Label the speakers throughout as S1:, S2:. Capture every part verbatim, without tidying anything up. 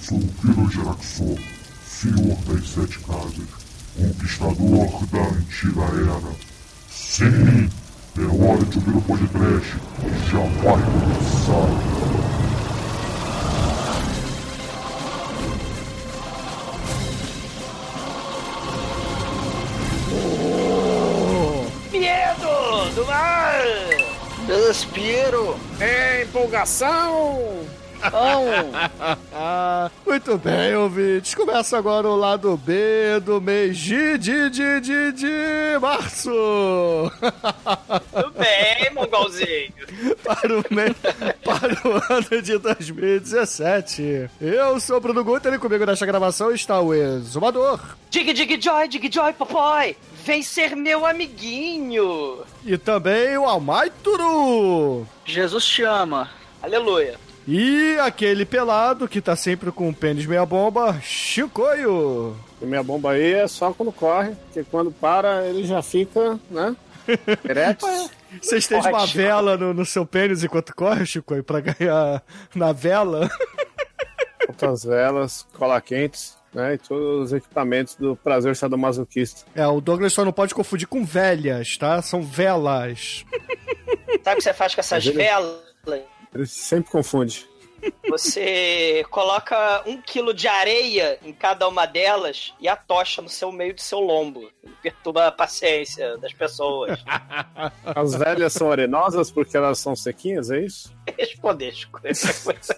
S1: sou o Pirojeraxor, senhor das sete casas, conquistador da antiga era. Sim, é hora de ouvir o podcast, já vai começar.
S2: Medo do mar!
S3: Desespero!
S4: Empolgação!
S5: Muito bem, ouvintes. Começa agora o lado B do mês de, de, de, de, de março.
S2: Tudo bem, mongolzinho.
S5: Para o, mês, para o ano de dois mil e dezessete. Eu sou o Bruno Guter e comigo nesta gravação está o Exumador.
S2: Dig, dig, joy, dig, joy, papai. Vem ser meu amiguinho.
S5: E também o Almaituru.
S3: Jesus te ama.
S2: Aleluia.
S5: E aquele pelado que tá sempre com o pênis meia bomba, Chicoio.
S4: E minha bomba aí é só quando corre, porque quando para ele já fica, né? Ereto.
S5: Você estende uma vela no, no seu pênis enquanto corre, Chicoio, pra ganhar na vela?
S4: Outras velas, cola quentes, né? E todos os equipamentos do prazer sadomasoquista.
S5: É, o Douglas só não pode confundir com velhas, tá? São velas.
S2: Sabe o que você faz com essas
S4: ele...
S2: velas?
S4: Ele sempre confunde.
S2: Você coloca um quilo de areia em cada uma delas e atocha no seu meio do seu lombo. Ele perturba a paciência das pessoas.
S4: As velhas são arenosas porque elas são sequinhas, é isso?
S2: Responder essa coisa.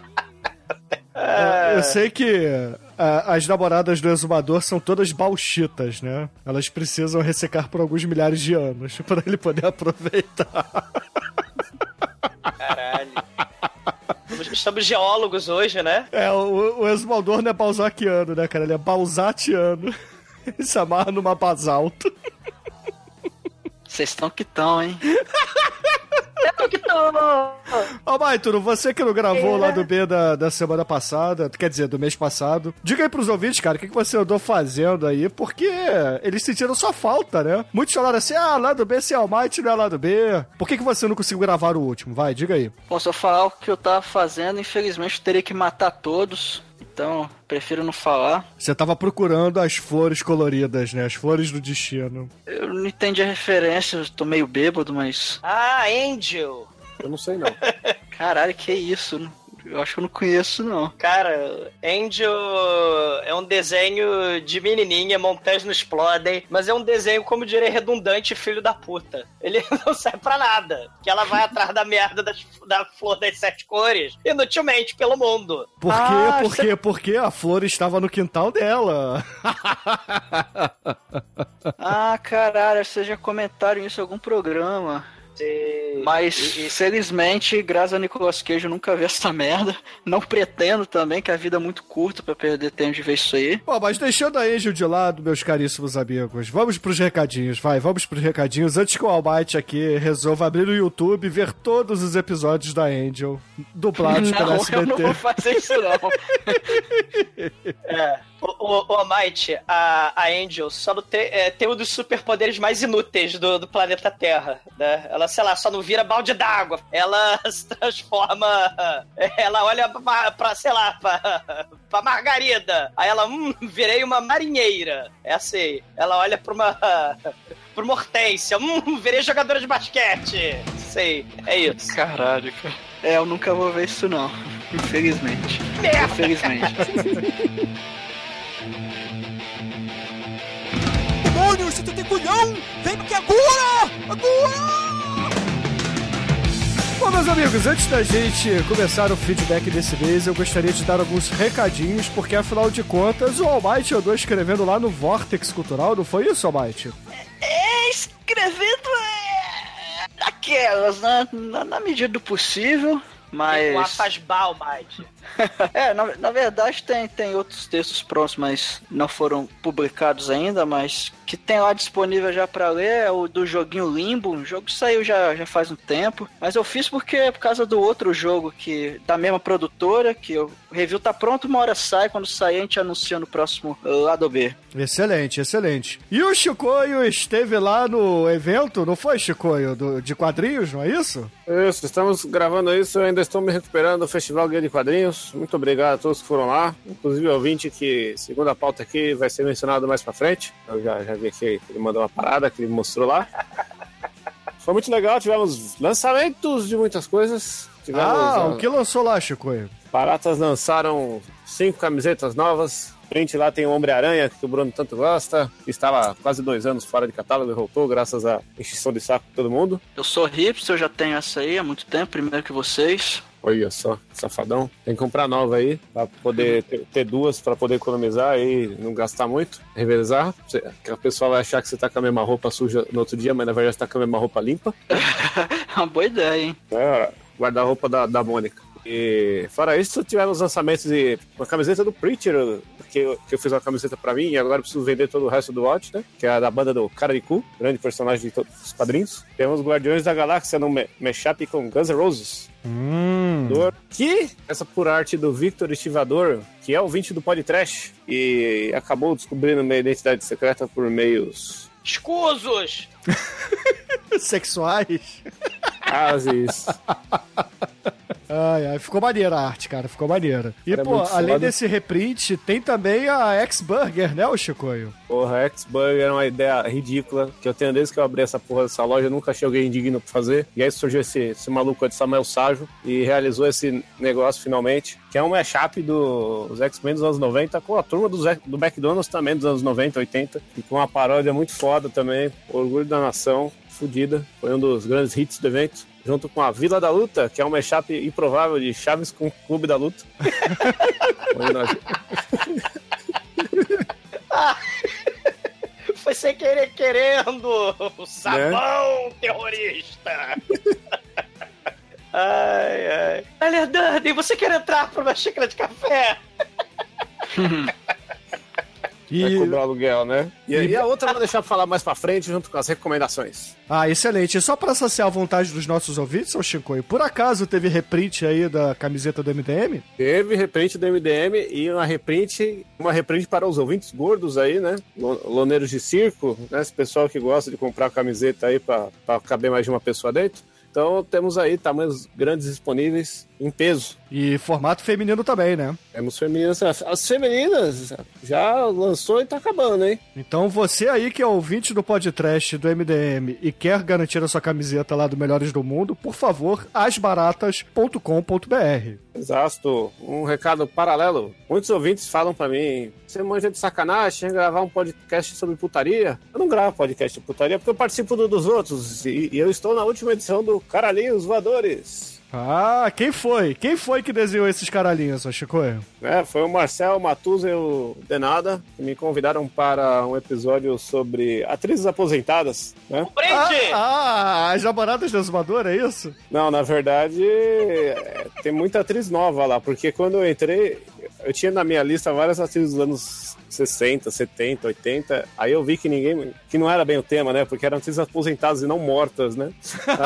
S5: É, eu sei que a, as namoradas do Exumador são todas bauxitas, né? Elas precisam ressecar por alguns milhares de anos para ele poder aproveitar.
S2: Caralho. Estamos geólogos hoje, né?
S5: É, o, o Exumador não é balzaquiano, né, cara? Ele é balzatiano. Ele se amarra numa basalto.
S3: Vocês estão que estão, hein?
S2: Eu que tô!
S5: Ó, Maituro, você que não gravou é. lá do B da, da semana passada, quer dizer, do mês passado, diga aí pros ouvintes, cara, o que, que você andou fazendo aí, porque eles sentiram sua falta, né? Muitos falaram assim, ah, lá do B, se é o Might, não é lá do B. Por que, que você não conseguiu gravar o último? Vai, diga aí.
S3: Bom, se eu falar o que eu tava fazendo, infelizmente eu teria que matar todos. Então, prefiro não falar.
S5: Você tava procurando as flores coloridas, né? As flores do destino.
S3: Eu não entendi a referência, eu tô meio bêbado, mas...
S2: Ah, Angel!
S4: Eu não sei, não.
S3: Caralho, que isso? Eu acho que eu não conheço, não.
S2: Cara, Angel é um desenho de menininha, montanhas não explodem, mas é um desenho, como diria, redundante, filho da puta. Ele não serve pra nada, que ela vai atrás da merda das, da flor das sete cores, inutilmente, pelo mundo.
S5: Por quê?
S3: Ah,
S5: Por quê?
S3: você...
S5: Porque a flor estava no quintal dela.
S3: Ah, caralho, vocês já comentaram isso em algum programa.
S2: Sim.
S3: Mas, e, e... felizmente, graças a Nicolas Cage, eu nunca vi essa merda. Não pretendo também, que a vida é muito curta pra perder tempo de ver isso aí.
S5: Bom, mas deixando a Angel de lado, meus caríssimos amigos, vamos pros recadinhos, vai, vamos pros recadinhos, antes que o Almighty aqui resolva abrir no YouTube e ver todos os episódios da Angel, dublados
S3: não,
S5: pela S B T.
S3: Não, eu não vou fazer isso não.
S2: É... O, o, o Might, a, a Angel, só não tem, é, tem um dos superpoderes mais inúteis do, do planeta Terra, né? Ela, sei lá, só não vira balde d'água. Ela se transforma... Ela olha pra, pra sei lá, pra, pra Margarida. Aí ela, hum, virei uma marinheira. É assim. Ela olha pra uma... Pro Hortência. Hum, virei jogadora de basquete. Sei, é isso.
S3: Caralho, cara. É, eu nunca vou ver isso não. Infelizmente.
S2: Merda.
S3: Infelizmente.
S6: Demônio, se tu tem culhão, vem porque agora! Agora!
S5: Bom, meus amigos, antes da gente começar o feedback desse mês, eu gostaria de dar alguns recadinhos, porque afinal de contas, o Almighty andou escrevendo lá no Vortex Cultural, não foi isso, Almighty?
S3: É, escrevendo é... aquelas, né? Na, na medida do possível. Mas...
S2: Um afasbal, Might.
S3: é, na, na verdade tem, tem outros textos prontos, mas não foram publicados ainda, mas que tem lá disponível já pra ler é o do joguinho Limbo. O jogo saiu já, já faz um tempo, mas eu fiz porque é por causa do outro jogo que da mesma produtora, que o review tá pronto, uma hora sai, quando sair a gente anuncia no próximo lado B.
S5: Excelente, excelente. E o Chicoio esteve lá no evento, não foi, Chicoio? Do, de quadrinhos, não é isso?
S4: Isso, estamos gravando isso, eu ainda estou me recuperando do Festival Guia de Quadrinhos. Muito obrigado a todos que foram lá. Inclusive o ouvinte que, segundo a pauta aqui, vai ser mencionado mais pra frente. Eu já, já vi que ele mandou uma parada que ele mostrou lá. Foi muito legal, tivemos lançamentos de muitas coisas. Tivemos,
S5: ah,
S4: uh,
S5: o que lançou lá, Chico?
S4: Paratas lançaram cinco camisetas novas. Frente lá tem o Homem-Aranha, que o Bruno tanto gosta. Estava quase dois anos fora de catálogo e voltou, graças à encheção de saco de todo mundo.
S3: Eu sou hipster, eu já tenho essa aí há muito tempo, primeiro que vocês.
S4: Olha só, safadão. Tem que comprar nova aí, pra poder ter, ter duas, pra poder economizar e não gastar muito, revezar. Você, que a pessoa vai achar que você tá com a mesma roupa suja no outro dia, mas na verdade você tá com a mesma roupa limpa.
S3: É uma boa ideia, hein?
S4: É, guarda-roupa da, da Mônica. E fora isso, tivemos lançamentos de uma camiseta do Preacher, que eu, que eu fiz uma camiseta pra mim e agora eu preciso vender todo o resto do Watch, né? Que é a da banda do Cara de Cu, grande personagem de todos os quadrinhos. Temos Guardiões da Galáxia no mashup com Guns N' Roses.
S5: Hum.
S4: Que essa por arte do Victor Estivador, que é o ouvinte do Podtrash e acabou descobrindo minha identidade secreta por meios
S2: escusos
S5: sexuais.
S4: Quase isso.
S5: Ai, ai, ficou maneira a arte, cara, ficou maneira. E,
S4: Era
S5: pô, além
S4: foda.
S5: desse reprint, tem também a X-Burger, né, o Chicoio?
S4: Porra, X-Burger é uma ideia ridícula, que eu tenho desde que eu abri essa porra dessa loja, eu nunca achei alguém indigno pra fazer. E aí surgiu esse, esse maluco de Samuel Sajo e realizou esse negócio finalmente, que é um mashup dos X-Men dos anos noventa com a turma do, do McDonald's também dos anos noventa, oitenta, e com uma paródia muito foda também, Orgulho da Nação, fodida. Foi um dos grandes hits do evento. Junto com a Vila da Luta, que é um mashup improvável de Chaves com o Clube da Luta.
S2: Ah, foi sem querer querendo, o sabão, né? Terrorista. Ai, ai. Olha, Dani, você quer entrar por uma xícara de café?
S4: Vai
S5: E...
S4: cobrar aluguel, né? E, e a outra eu vou deixar pra falar mais pra frente, junto com as recomendações.
S5: Ah, excelente. E só pra saciar a vontade dos nossos ouvintes, seu Chicoio, por acaso teve reprint aí da camiseta do M D M?
S4: Teve reprint do M D M e uma reprint, uma reprint para os ouvintes gordos aí, né? Loneiros de circo, né? Esse pessoal que gosta de comprar camiseta aí pra, pra caber mais de uma pessoa dentro. Então temos aí tamanhos grandes disponíveis em peso.
S5: E formato feminino também, né?
S4: Temos femininas. As femininas já lançou e tá acabando, hein?
S5: Então você aí que é ouvinte do podcast do M D M e quer garantir a sua camiseta lá do Melhores do Mundo, por favor, as baratas ponto com ponto b r.
S4: Exato. Um recado paralelo. Muitos ouvintes falam pra mim, você manja de sacanagem, gravar um podcast sobre putaria? Eu não gravo podcast de putaria porque eu participo do, dos outros e, e eu estou na última edição do Caralhinhos Voadores.
S5: Ah, quem foi? Quem foi que desenhou esses caralhinhos, seu Chicoio?
S4: É, foi o Marcel Matuza e o Denada que me convidaram para um episódio sobre atrizes aposentadas, né?
S2: Brinde!
S5: Ah, ah, as namoradas da Exumadora, é isso?
S4: Não, na verdade, é, tem muita atriz nova lá, porque quando eu entrei, eu tinha na minha lista várias atrizes dos anos sessenta, setenta, oitenta, aí eu vi que ninguém, que não era bem o tema, né, porque eram atrizes aposentadas e não mortas, né.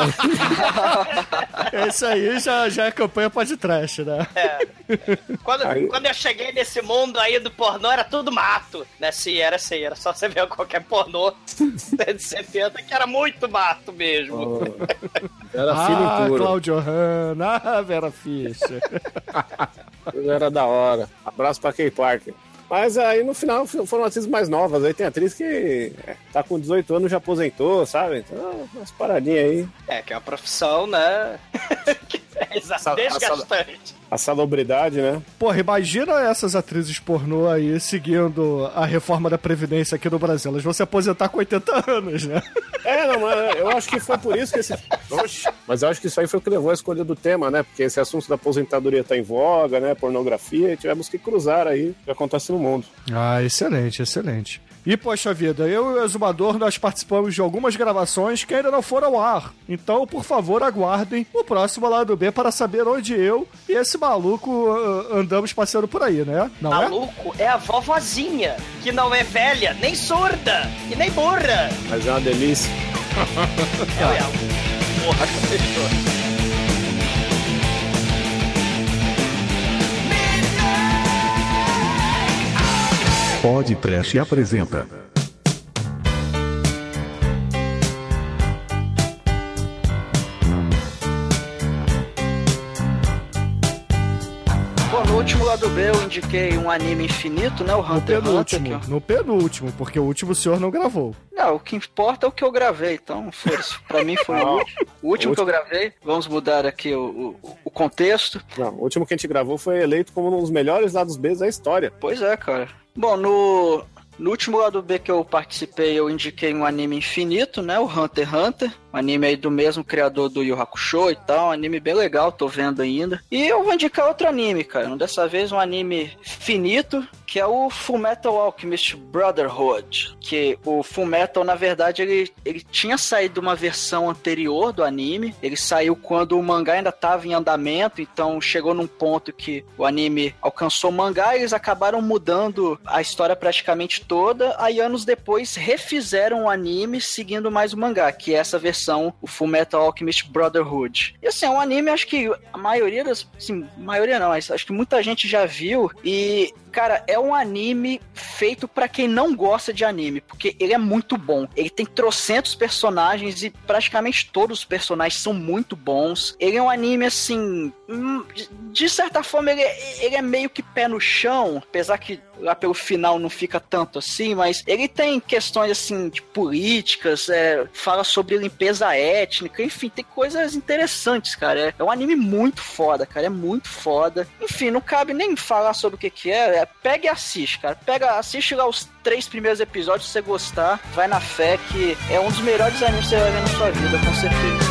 S5: Esse aí já, já é campanha pode trash, né?
S2: É. Quando,
S4: Aí...
S2: quando eu cheguei nesse mundo aí do pornô, era tudo mato, né? Se era assim, era só você ver qualquer pornô de setenta, que era muito mato mesmo.
S4: Oh, era
S5: ah,
S4: filho impuro.
S5: Cláudio Hanna, ah, Vera Fischer.
S4: Era da hora. Abraço pra Kay Parker. Mas aí no final foram atrizes mais novas. Aí tem atriz que tá com dezoito anos, já aposentou, sabe? Então, umas paradinhas aí.
S2: É, que é uma profissão, né? É exato, desgastante.
S4: A salubridade, né?
S5: Porra, imagina essas atrizes pornô aí seguindo a reforma da Previdência aqui no Brasil. Elas vão se aposentar com oitenta anos, né?
S4: É, não, mas eu acho que foi por isso que esse... Oxi. Mas eu acho que isso aí foi o que levou a escolha do tema, né? Porque esse assunto da aposentadoria tá em voga, né? Pornografia, e tivemos que cruzar aí o que acontece no mundo.
S5: Ah, excelente, excelente. E, poxa vida, eu e o Exumador, nós participamos de algumas gravações que ainda não foram ao ar. Então, por favor, aguardem o próximo Lado B para saber onde eu e esse maluco uh, andamos passeando por aí, né? Não
S2: maluco é? é a vovozinha, que não é velha, nem surda e nem burra.
S4: Mas é uma delícia.
S2: É, é. Porra, que fechou.
S7: Podtrash apresenta
S3: último lado B eu indiquei um anime infinito, né? O
S5: No
S3: Hunter x Hunter.
S5: penúltimo,
S3: Que eu...
S5: no penúltimo, porque o último o senhor não gravou.
S3: Não, o que importa é o que eu gravei, então foda-se. Pra mim foi o último, o último que eu gravei. Vamos mudar aqui o, o, o contexto.
S4: Não, o último que a gente gravou foi eleito como um dos melhores lados B da história.
S3: Pois é, cara. Bom, no, no último lado B que eu participei, eu indiquei um anime infinito, né? O Hunter x Hunter. Um anime aí do mesmo criador do Yu Yu Hakusho e tal. Um anime bem legal, tô vendo ainda. E eu vou indicar outro anime, cara. Dessa vez um anime finito, que é o Fullmetal Alchemist Brotherhood. Que o Fullmetal, na verdade, ele, ele tinha saído uma versão anterior do anime. Ele saiu quando o mangá ainda estava em andamento, então chegou num ponto que o anime alcançou o mangá e eles acabaram mudando a história praticamente toda. Aí anos depois refizeram o anime seguindo mais o mangá, que é essa versão, o Fullmetal Alchemist Brotherhood. E assim, é um anime, acho que a maioria das... Assim, maioria não, mas acho que muita gente já viu e... Cara, é um anime feito pra quem não gosta de anime, porque ele é muito bom. Ele tem trocentos personagens e praticamente todos os personagens são muito bons. Ele é um anime, assim... De certa forma, ele é, ele é meio que pé no chão, apesar que lá pelo final não fica tanto assim, mas ele tem questões, assim, de políticas, é, fala sobre limpeza étnica, enfim, tem coisas interessantes, cara. É, é um anime muito foda, cara, é muito foda. Enfim, não cabe nem falar sobre o que que é, é pega e assiste, cara. Pega, assiste lá os três primeiros episódios, se você gostar, vai na fé que é um dos melhores animes que você vai ver na sua vida, com certeza.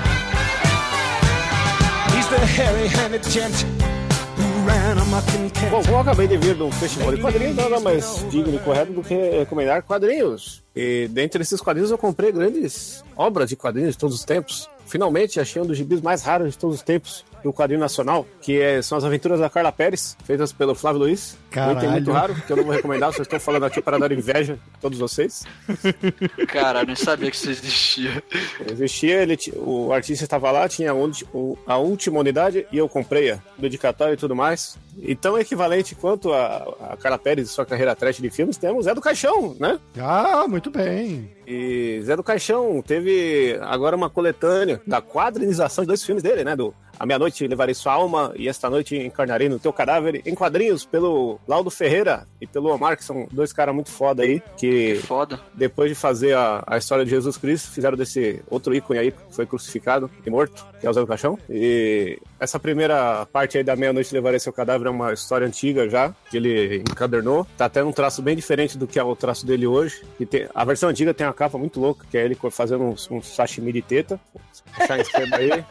S4: Bom, como eu acabei de vir de um festival de quadrinhos, nada mais digno e correto do que recomendar quadrinhos. E dentre esses quadrinhos eu comprei grandes obras de quadrinhos de todos os tempos. Finalmente achei um dos gibis mais raros de todos os tempos, do quadrinho nacional, que é, são as aventuras da Carla Pérez, feitas pelo Flávio Luiz.
S5: Caralho.
S4: Um item muito raro, que eu não vou recomendar, só estou falando aqui para dar inveja a todos vocês.
S3: Cara, nem sabia que isso existia.
S4: Existia, ele, o artista estava lá, tinha a, a última unidade e eu comprei-a, dedicatório e tudo mais. Então, equivalente quanto a, a Carla Pérez e sua carreira trash de filmes, temos Zé do Caixão, né?
S5: Ah, muito bem.
S4: E Zé do Caixão teve agora uma coletânea da quadrinização de dois filmes dele, né? Do A Meia-Noite Levarei Sua Alma e Esta Noite Encarnarei no Teu Cadáver, em quadrinhos pelo Laudo Ferreira e pelo Omar, que são dois caras muito foda aí, que,
S3: que foda.
S4: Depois de fazer a, a história de Jesus Cristo, fizeram desse outro ícone aí, que foi crucificado e morto, que é o Zé do Caixão. E essa primeira parte aí da Meia-Noite Levarei Seu Cadáver é uma história antiga já, que ele encadernou. Tá até um traço bem diferente do que é o traço dele hoje. E tem, a versão antiga tem uma capa muito louca, que é ele fazendo um, um sashimi de teta. Vou deixar em esquema aí.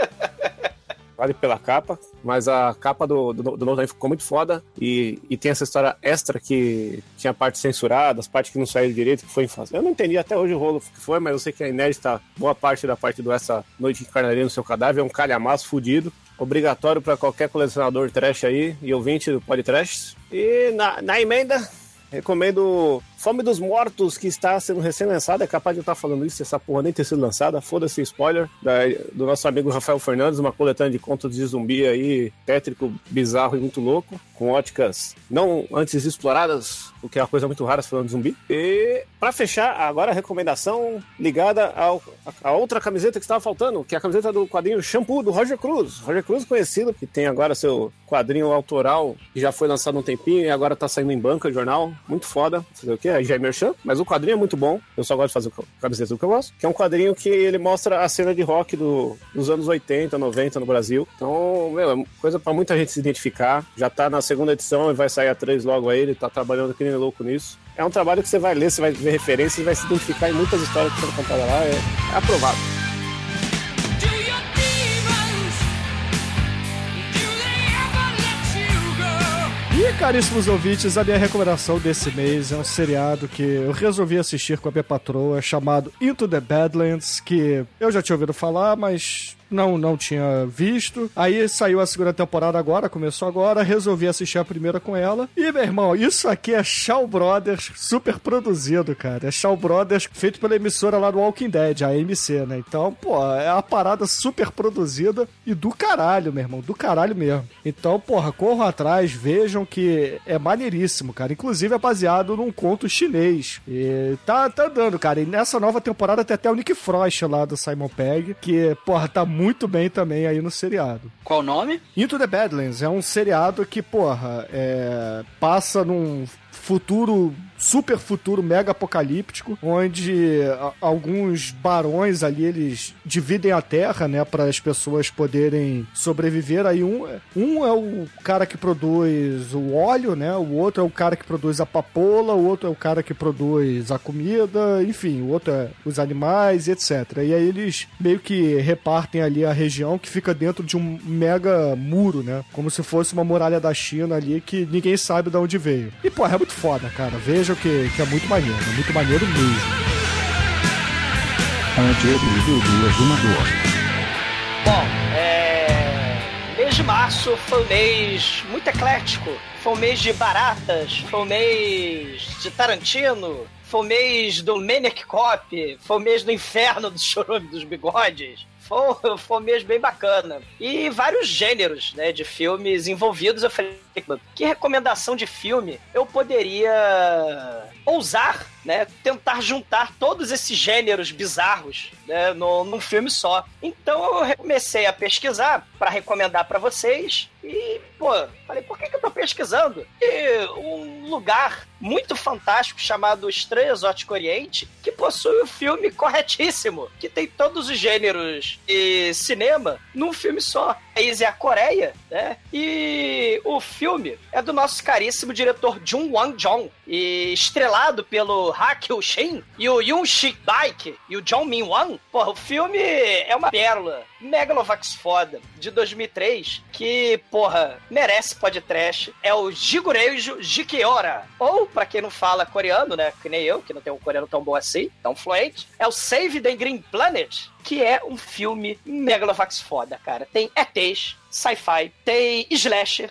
S4: Vale pela capa, mas a capa do, do, do novo também ficou muito foda e, e tem essa história extra que tinha partes censuradas, partes que não saíram direito, que foi em fase. Eu não entendi até hoje o rolo que foi, mas eu sei que a inédita, boa parte da parte do Essa Noite Encarnarei no Seu Cadáver é um calhamaço fudido, obrigatório para qualquer colecionador trash aí e ouvinte do podcast. E na, na emenda, recomendo Fome dos Mortos, que está sendo recém-lançada. É capaz de eu estar falando isso, essa porra nem ter sido lançada. Foda-se, spoiler. Da, do nosso amigo Rafael Fernandes, uma coletânea de contos de zumbi aí, tétrico, bizarro e muito louco, com óticas não antes exploradas, o que é uma coisa muito rara falando de zumbi. E pra fechar, agora a recomendação ligada ao, a, a outra camiseta que estava faltando, que é a camiseta do quadrinho Shampoo, do Roger Cruz. Roger Cruz conhecido, que tem agora seu quadrinho autoral, que já foi lançado há um tempinho e agora tá saindo em banca, jornal. Muito foda. Fazer o quê? Aí já é merchan, mas o quadrinho é muito bom. Eu só gosto de fazer camiseta do que eu gosto. Que é um quadrinho que ele mostra a cena de rock do, dos anos oitenta, noventa no Brasil. Então, meu, é coisa pra muita gente se identificar. Já tá na segunda edição e vai sair a três logo aí. Ele tá trabalhando que nem louco nisso. É um trabalho que você vai ler, você vai ver referências e vai se identificar em muitas histórias que foram contadas lá. É, é aprovado.
S5: E, caríssimos ouvintes, a minha recomendação desse mês é um seriado que eu resolvi assistir com a minha patroa, chamado Into the Badlands, que eu já tinha ouvido falar, mas não, não tinha visto. Aí saiu a segunda temporada agora, começou agora, resolvi assistir a primeira com ela. E, meu irmão, isso aqui é Shaw Brothers super produzido, cara. É Shaw Brothers feito pela emissora lá do Walking Dead, a A M C, né? Então, pô, é uma parada super produzida e do caralho, meu irmão, do caralho mesmo. Então, porra, corram atrás, vejam que é maneiríssimo, cara. Inclusive é baseado num conto chinês. E tá, tá dando, cara. E nessa nova temporada tem até o Nick Frost lá do Simon Pegg, que, porra, tá muito muito bem também aí no seriado.
S3: Qual o nome?
S5: Into the Badlands é um seriado que, porra, é, passa num futuro, super futuro, mega apocalíptico, onde a, alguns barões ali, eles dividem a terra, né, para as pessoas poderem sobreviver. Aí um, um é o cara que produz o óleo, né, o outro é o cara que produz a papoula, o outro é o cara que produz a comida, enfim, o outro é os animais, etcétera. E aí eles meio que repartem ali a região que fica dentro de um mega muro, né, como se fosse uma muralha da China ali que ninguém sabe de onde veio. E, pô, é muito foda, cara. Vejam que, que é muito maneiro. É muito maneiro mesmo.
S7: Anti-do exumador.
S2: Bom, é... mês de março foi um mês muito eclético. Foi um mês de baratas. Foi um mês de Tarantino. Foi um mês do Maniac Cop. Foi um mês do inferno do Chorume dos Bigodes. Foi, foi um mês bem bacana. E vários gêneros, né, de filmes envolvidos. Eu falei, que recomendação de filme eu poderia ousar, né, tentar juntar todos esses gêneros bizarros, né, no, num filme só. Então eu comecei a pesquisar para recomendar para vocês e, pô, falei, por que que eu tô pesquisando? E um lugar muito fantástico chamado Estranho Exótico Oriente, que possui um filme corretíssimo, que tem todos os gêneros de cinema num filme só. A país é a Coreia, né? E o filme é do nosso caríssimo diretor Jung Won-jong, e estrelado pelo Ha Kyo-shin e o Yoon Shik-baek e o Jong Min-won. Porra, o filme é uma pérola, Megalovax foda, de dois mil e três, que, porra, merece podcast. É o Jigureijo Jikiora, ou, pra quem não fala coreano, né, que nem eu, que não tem um coreano tão bom assim, tão fluente, é o Save the Green Planet, que é um filme Megalovax foda, cara. Tem E Tês, sci-fi, tem slasher,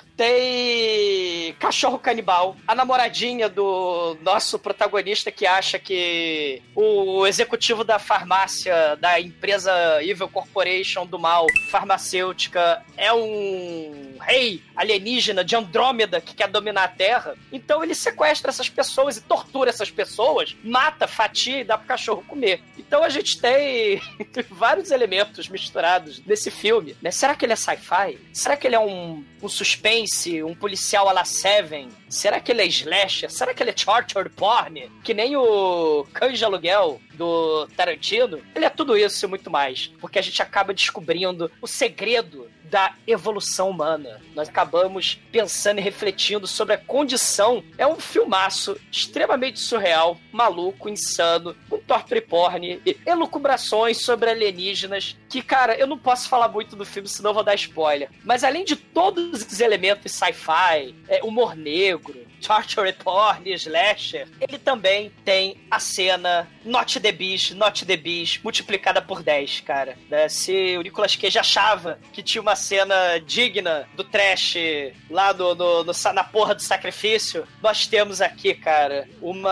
S2: tem cachorro canibal, a namoradinha do nosso protagonista que acha que o executivo da farmácia da empresa Evil Corporation do mal, farmacêutica, é um rei alienígena de Andrômeda que quer dominar a Terra. Então ele sequestra essas pessoas e tortura essas pessoas, mata, fatia e dá pro cachorro comer. Então a gente tem vários elementos misturados nesse filme, né? Será que ele é sci-fi? Será que ele é um, um suspense, um policial à la Seven? Será que ele é slasher? Será que ele é torture porn? Que nem o Cães de Aluguel do Tarantino? Ele é tudo isso e muito mais, porque a gente acaba descobrindo o segredo da evolução humana. Nós acabamos pensando e refletindo sobre a condição. É um filmaço extremamente surreal, maluco, insano, com torture porn e elucubrações sobre alienígenas que, cara, eu não posso falar muito do filme, senão eu vou dar spoiler. Mas além de todos esses elementos sci-fi, é, humor negro, torture porn, slasher, ele também tem a cena Not the Beast, Not the Beast, multiplicada por dez, cara. Né? Se o Nicolas Cage achava que tinha uma cena digna do trash lá no, no, no, na porra do sacrifício, nós temos aqui, cara,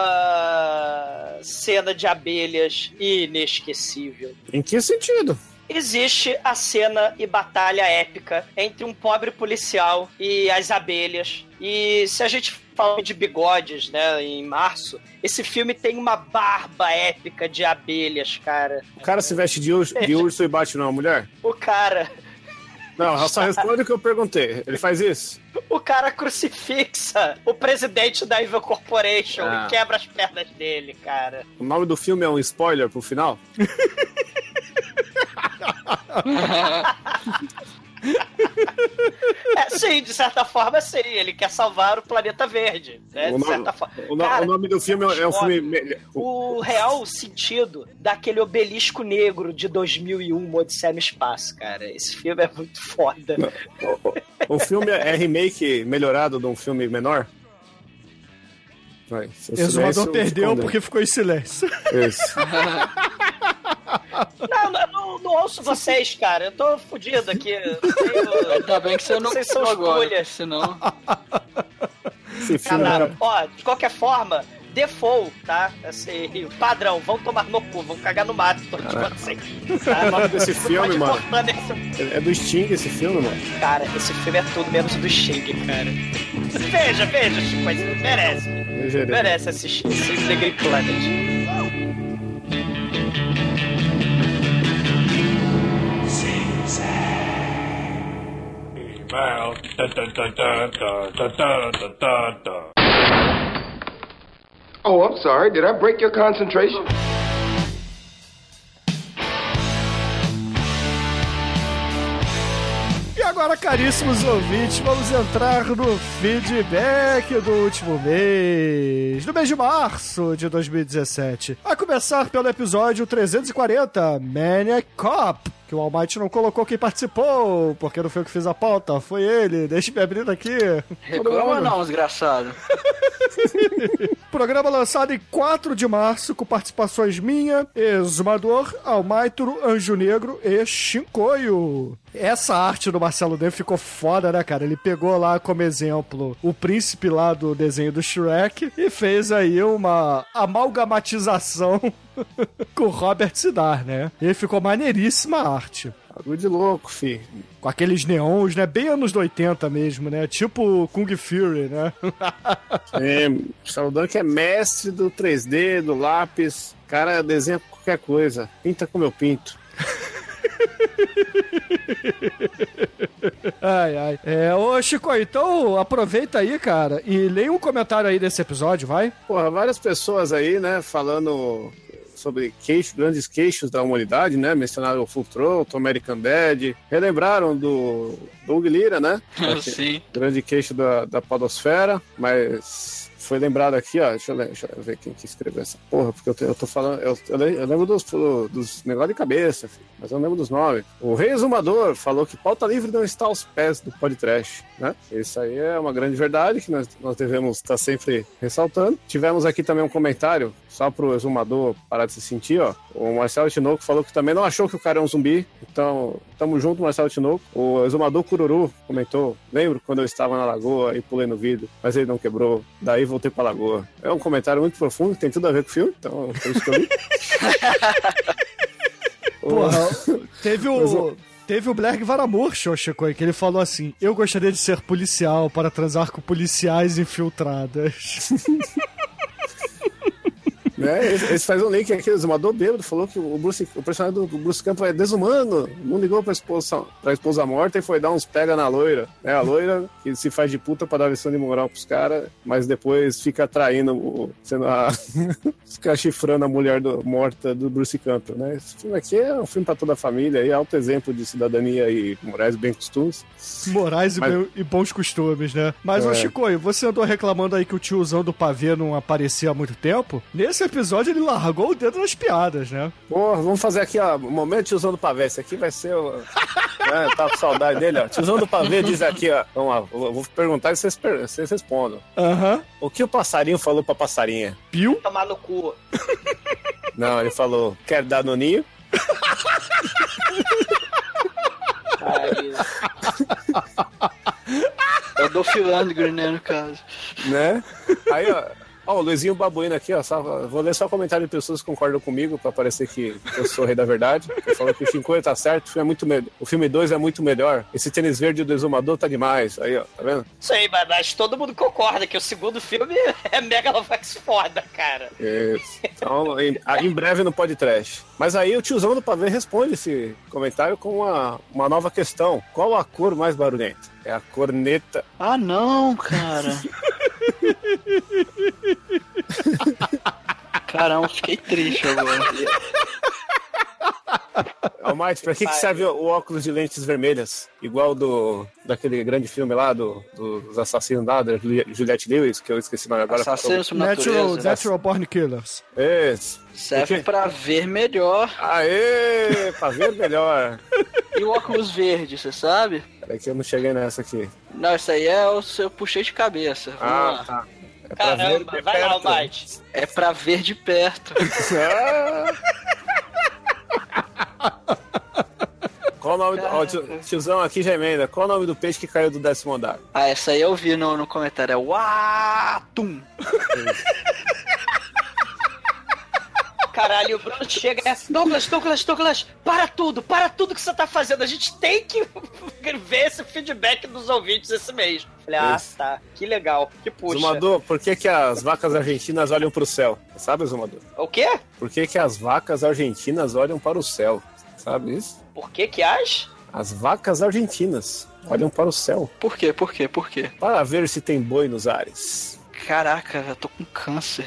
S2: uma cena de abelhas inesquecível.
S4: Em que sentido?
S2: Existe a cena e batalha épica entre um pobre policial e as abelhas. E se a gente fala de bigodes, né, em março, esse filme tem uma barba épica de abelhas, cara.
S4: O cara se veste de urso, de urso e bate numa mulher?
S2: O cara...
S4: Não, ela só responde o que eu perguntei. Ele faz isso?
S2: O cara crucifixa o presidente da Evil Corporation ah. e quebra as pernas dele, cara.
S4: O nome do filme é um spoiler pro final?
S2: É, sim, de certa forma, sim. Ele quer salvar o planeta verde, né?
S4: O,
S2: de
S4: nome,
S2: certa forma.
S4: O,
S2: Cara,
S4: o nome do filme é um filme...
S2: O real sentido daquele obelisco negro de dois mil e um, Odisseia no Espaço, cara. Esse filme é muito foda.
S4: O, o filme é remake melhorado de um filme menor?
S5: O Exumador perdeu porque ficou em silêncio.
S4: Isso.
S2: Não, não, não, não ouço vocês, cara. Eu tô fudido aqui. Eu...
S3: Ainda bem que você não
S2: vocês são escolhas,
S3: senão...
S2: Cara, ó, de qualquer forma, default, tá? Assim, padrão, vão tomar no cu, vão cagar no mato todos vocês. Tá?
S4: O nome desse filme, mano,
S2: esse...
S4: é do Sting esse filme, mano?
S2: Cara, esse filme é tudo menos do Sting, cara. Veja, veja, Chico, mas merece. Merece assistir esse The Green Planet.
S4: Well, dun, dun, dun, dun, dun, dun, dun, dun, dun.
S8: Oh, I'm sorry. Did I break your concentration?
S5: E agora, caríssimos ouvintes, vamos entrar no feedback do último mês, no mês de março de dois mil e dezessete. A começar pelo episódio trezentos e quarenta, Maniac Cop, que o Almighty não colocou quem participou, porque não foi eu que fiz a pauta, foi ele. Deixa me abrir aqui.
S3: Reclama não, desgraçado.
S5: Programa lançado em quatro de março, com participações minha, Exumador, Almaituro, Anjo Negro e Shinkoio. Essa arte do Marcelo Neve ficou foda, né, cara? Ele pegou lá como exemplo o príncipe lá do desenho do Shrek e fez aí uma amalgamatização com o Robert Sidar, né? E ficou maneiríssima a arte.
S4: Bagulho de louco, fi.
S5: Com aqueles neons, né? Bem anos oitenta mesmo, né? Tipo Kung Fury, né?
S4: É, Saludando que é mestre do três D, do lápis. Cara, desenha qualquer coisa. Pinta como eu pinto.
S5: Ai, ai. É, ô Chico, então aproveita aí, cara, e leia um comentário aí desse episódio, vai?
S4: Porra, várias pessoas aí, né, falando sobre queixo, grandes queixos da humanidade, né? Mencionaram o Full Throttle, American Dad, relembraram do Doug Lira, né?
S3: Sim.
S4: Grande queixo da, da podosfera, mas foi lembrado aqui, ó, deixa eu, ler, deixa eu ver quem que escreveu essa porra, porque eu, te, eu tô falando, eu, eu lembro dos, dos negócios de cabeça, filho, mas eu não lembro dos nomes. O Rei Exumador falou que Pauta Livre não está aos pés do podcast, né? Isso aí é uma grande verdade que nós, nós devemos estar sempre ressaltando. Tivemos aqui também um comentário, só pro Exumador parar de se sentir, ó. O Marcelo Tinoco falou que também não achou que o cara é um zumbi, então tamo junto, Marcelo Tinoco. O Exumador Cururu comentou, lembro quando eu estava na lagoa e pulei no vidro, mas ele não quebrou, daí voltei pra lagoa. É um comentário muito profundo, tem tudo a ver com o filme, então por isso que eu li.
S5: Porra, teve o... Teve o Black Varamurcho, Chico, que ele falou assim: eu gostaria de ser policial para transar com policiais infiltradas.
S4: Né? Eles fazem um link aqui, o Exumador bêbado falou que o, Bruce, o personagem do Bruce Campbell é desumano, não ligou pra esposa, pra esposa morta e foi dar uns pega na loira, né? A loira que se faz de puta pra dar lição de moral pros caras, mas depois fica traindo, sendo a, fica chifrando a mulher do, morta do Bruce Campbell, né? Esse filme aqui é um filme pra toda a família, e alto exemplo de cidadania e morais bem costumes.
S5: Morais
S4: mas...
S5: e, bem, e bons costumes, né? Mas,
S4: é.
S5: ô Chico, você andou reclamando aí que o tiozão do pavê não aparecia há muito tempo? Nesse episódio ele largou o dedo nas piadas, né?
S4: Porra, vamos fazer aqui, ó, um momento tiozão do pavê. Esse aqui vai ser o... né, tá com saudade dele, ó. Tiozão do pavê diz aqui, ó. Vamos lá, eu vou perguntar e vocês, vocês respondam.
S5: Aham. Uhum.
S4: O que o passarinho falou pra passarinha?
S5: Piu?
S2: Tomar no cu.
S4: Não, ele falou, quer dar no ninho?
S2: Ai,
S3: Eu dou Landgren, né, no caso.
S4: Né? Aí, ó. Ó, o Luizinho Babuíno aqui, ó, só, vou ler só comentário de pessoas que concordam comigo, pra parecer que eu sou o rei da verdade. Ele falou que o Shinkoio tá certo, o filme, é muito me... o filme dois é muito melhor. Esse tênis verde do Exumador tá demais. Aí, ó, tá vendo?
S2: Isso aí, mas, mas todo mundo concorda que o segundo filme é Megalovax foda, cara.
S4: Isso. Então, em, em breve no podcast. Mas aí o tiozão do pavê responde esse comentário com uma, uma nova questão. Qual a cor mais barulhenta? É a corneta.
S3: Ah, não, cara. Caramba, fiquei triste agora.
S4: Almighty, pra que, que serve o óculos de lentes vermelhas? Igual do daquele grande filme lá, do, dos assassinos lá, da Juliette Lewis, que eu esqueci o nome agora.
S3: Assassinos por
S5: Natural,
S3: natureza.
S5: Natural Born Killers.
S4: Isso.
S3: Serve pra ver melhor.
S4: Aê, pra ver melhor.
S3: E o óculos verde, você sabe?
S4: Peraí que eu não cheguei nessa aqui.
S3: Não, isso aí é o seu puxei de cabeça. Vamos
S4: Ah,
S3: lá.
S4: tá. É pra ver
S2: Caramba,
S4: de
S2: vai lá,
S4: perto.
S2: Almighty.
S3: É pra ver de perto.
S4: Ah. Qual o nome do... Ó, tio- tiozão aqui já emenda. Qual o nome do peixe que caiu do décimo andar?
S3: Ah, essa aí eu vi no, no comentário. É o Atum.
S2: Caralho, o Bruno chega e é Douglas, Douglas, Douglas, para tudo, para tudo que você tá fazendo. A gente tem que ver esse feedback dos ouvintes esse mês. Falei, ah,
S4: Isso.
S2: tá, que legal, que puxa.
S4: Zumador, por que que as vacas argentinas olham pro céu? Sabe, Zumador?
S2: O quê?
S4: Por que que as vacas argentinas olham para o céu? Sabe isso?
S2: Por que que as?
S4: As vacas argentinas Olham para o céu.
S3: Por quê? Por quê? Por quê?
S4: Para ver se tem boi nos ares.
S3: Caraca, eu tô com câncer.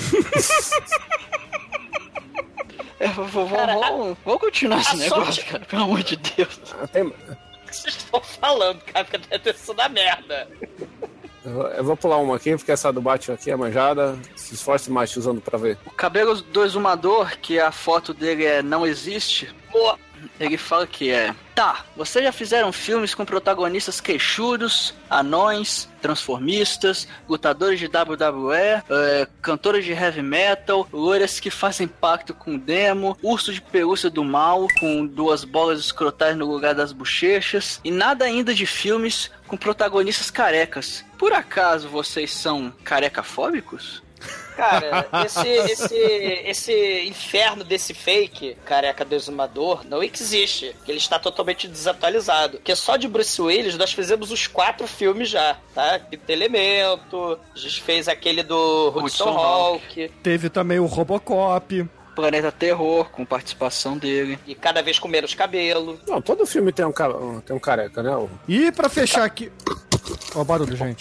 S3: é, vou, vou,
S2: Cara,
S3: vou, vou continuar esse negócio,
S2: sorte...
S3: cara, pelo amor de Deus.
S4: Tem...
S2: O que vocês estão falando, cara? Fica atenção da merda.
S4: Eu vou pular uma aqui, porque essa do Batman aqui é manjada. Se esforce mais usando pra ver.
S3: O Cabelo do Exumador, que a foto dele é Não Existe,
S2: Pô,
S3: ele fala que é... Tá, vocês já fizeram filmes com protagonistas queixudos, anões, transformistas, lutadores de W W E, é, cantores de heavy metal, loiras que fazem pacto com o demo, urso de pelúcia do mal com duas bolas escrotais no lugar das bochechas, e nada ainda de filmes com protagonistas carecas. Por acaso vocês são carecafóbicos?
S2: cara, esse, esse, esse inferno desse fake careca do Exumador não existe. Ele está totalmente desatualizado. Porque só de Bruce Willis nós fizemos os quatro filmes já, tá? Quinto Elemento, a gente fez aquele do Hudson Hawk.
S5: Teve também o Robocop.
S3: Planeta Terror, com participação dele.
S2: E cada vez com menos cabelo.
S4: Não, todo filme tem um, ca... tem um careca, né?
S5: E pra fechar aqui... Ó o barulho, gente.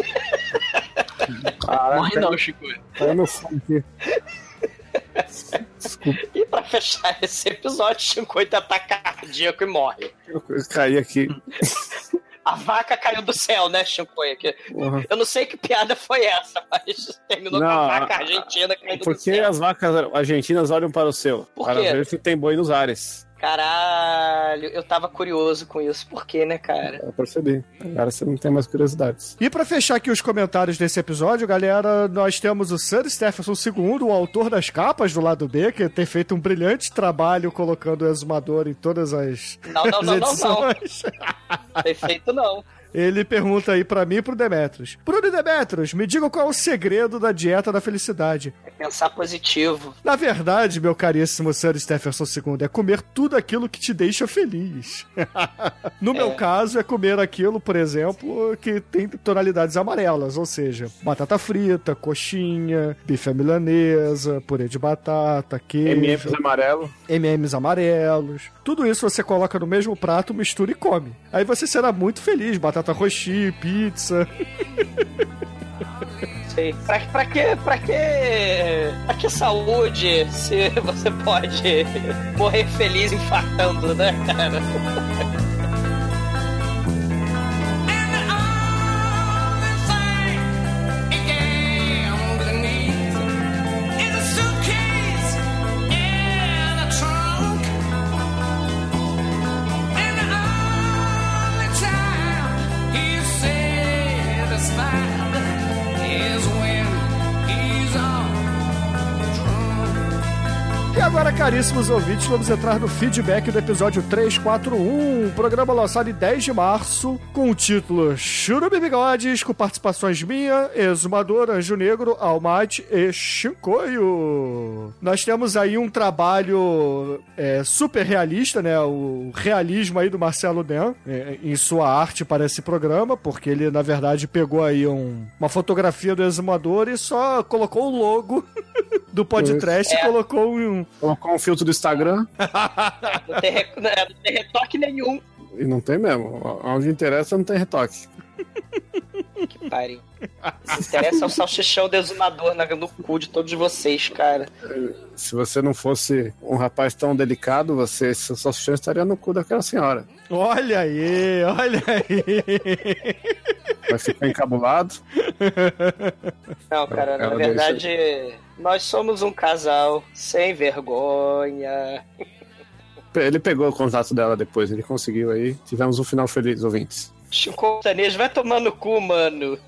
S3: Caraca, morre não, Chico.
S4: Olha meu fone aqui.
S2: Desculpa. E pra fechar esse episódio, Shinkoi tem ataque cardíaco e morre.
S4: Eu caí aqui.
S2: A vaca caiu do céu, né, Shinkoi? Uhum. Eu não sei que piada foi essa, mas terminou não, com a vaca argentina caindo do céu.
S4: Porque as vacas argentinas olham para o céu.
S2: Por
S4: para
S2: quê?
S4: ver se tem boi nos ares.
S2: Caralho, eu tava curioso com isso. Por quê, né, cara?
S4: Eu percebi. Agora você não tem mais curiosidades.
S5: E pra fechar aqui os comentários desse episódio, galera, nós temos o Sir Stephenson segundo, o autor das capas do lado B, que tem feito um brilhante trabalho colocando o Exumador em todas as
S2: Não, não, não, não, não. Tem feito não.
S5: Ele pergunta aí pra mim e pro Demetrius. Bruno e Demetrius, me digam qual é o segredo da dieta da felicidade.
S2: É pensar positivo.
S5: Na verdade, meu caríssimo Sir Stephenson segundo, é comer tudo aquilo que te deixa feliz. No é. meu caso, é comer aquilo, por exemplo, que tem tonalidades amarelas, ou seja, batata frita, coxinha, bife à milanesa, purê de batata, queijo...
S4: M e M's amarelo.
S5: M e M's amarelos. Tudo isso você coloca no mesmo prato, mistura e come. Aí você será muito feliz, batata roxi, pizza.
S2: Sei. Pra, pra que. Pra que. Pra que saúde se você pode morrer feliz infartando, né, cara?
S5: E agora, caríssimos ouvintes, vamos entrar no feedback do episódio trezentos e quarenta e um, programa lançado em dez de março, com o título Churume Bigodes, com participações minha, Exumador, Anjo Negro, Almighty e Shinkoio. Nós temos aí um trabalho é, super realista, né, o realismo aí do Marcelo Dan, é, em sua arte para esse programa, porque ele, na verdade, pegou aí um, uma fotografia do Exumador e só colocou o logo do podcast é. e colocou um...
S4: Colocou um filtro do Instagram.
S2: Não tem, re... não tem retoque nenhum.
S4: E não tem mesmo. Onde interessa não tem retoque.
S2: Que pariu. Se interessa é o salsichão do Exumador no cu de todos vocês, cara.
S4: Se você não fosse um rapaz tão delicado, você, seu salsichão estaria no cu daquela senhora.
S5: Olha aí, olha aí.
S4: Vai ficar encabulado.
S2: Não, cara, na verdade, deixa... nós somos um casal sem vergonha.
S4: Ele pegou o contato dela depois, ele conseguiu aí. Tivemos um final feliz, ouvintes.
S2: Chico Tanejo, vai tomar no cu, mano.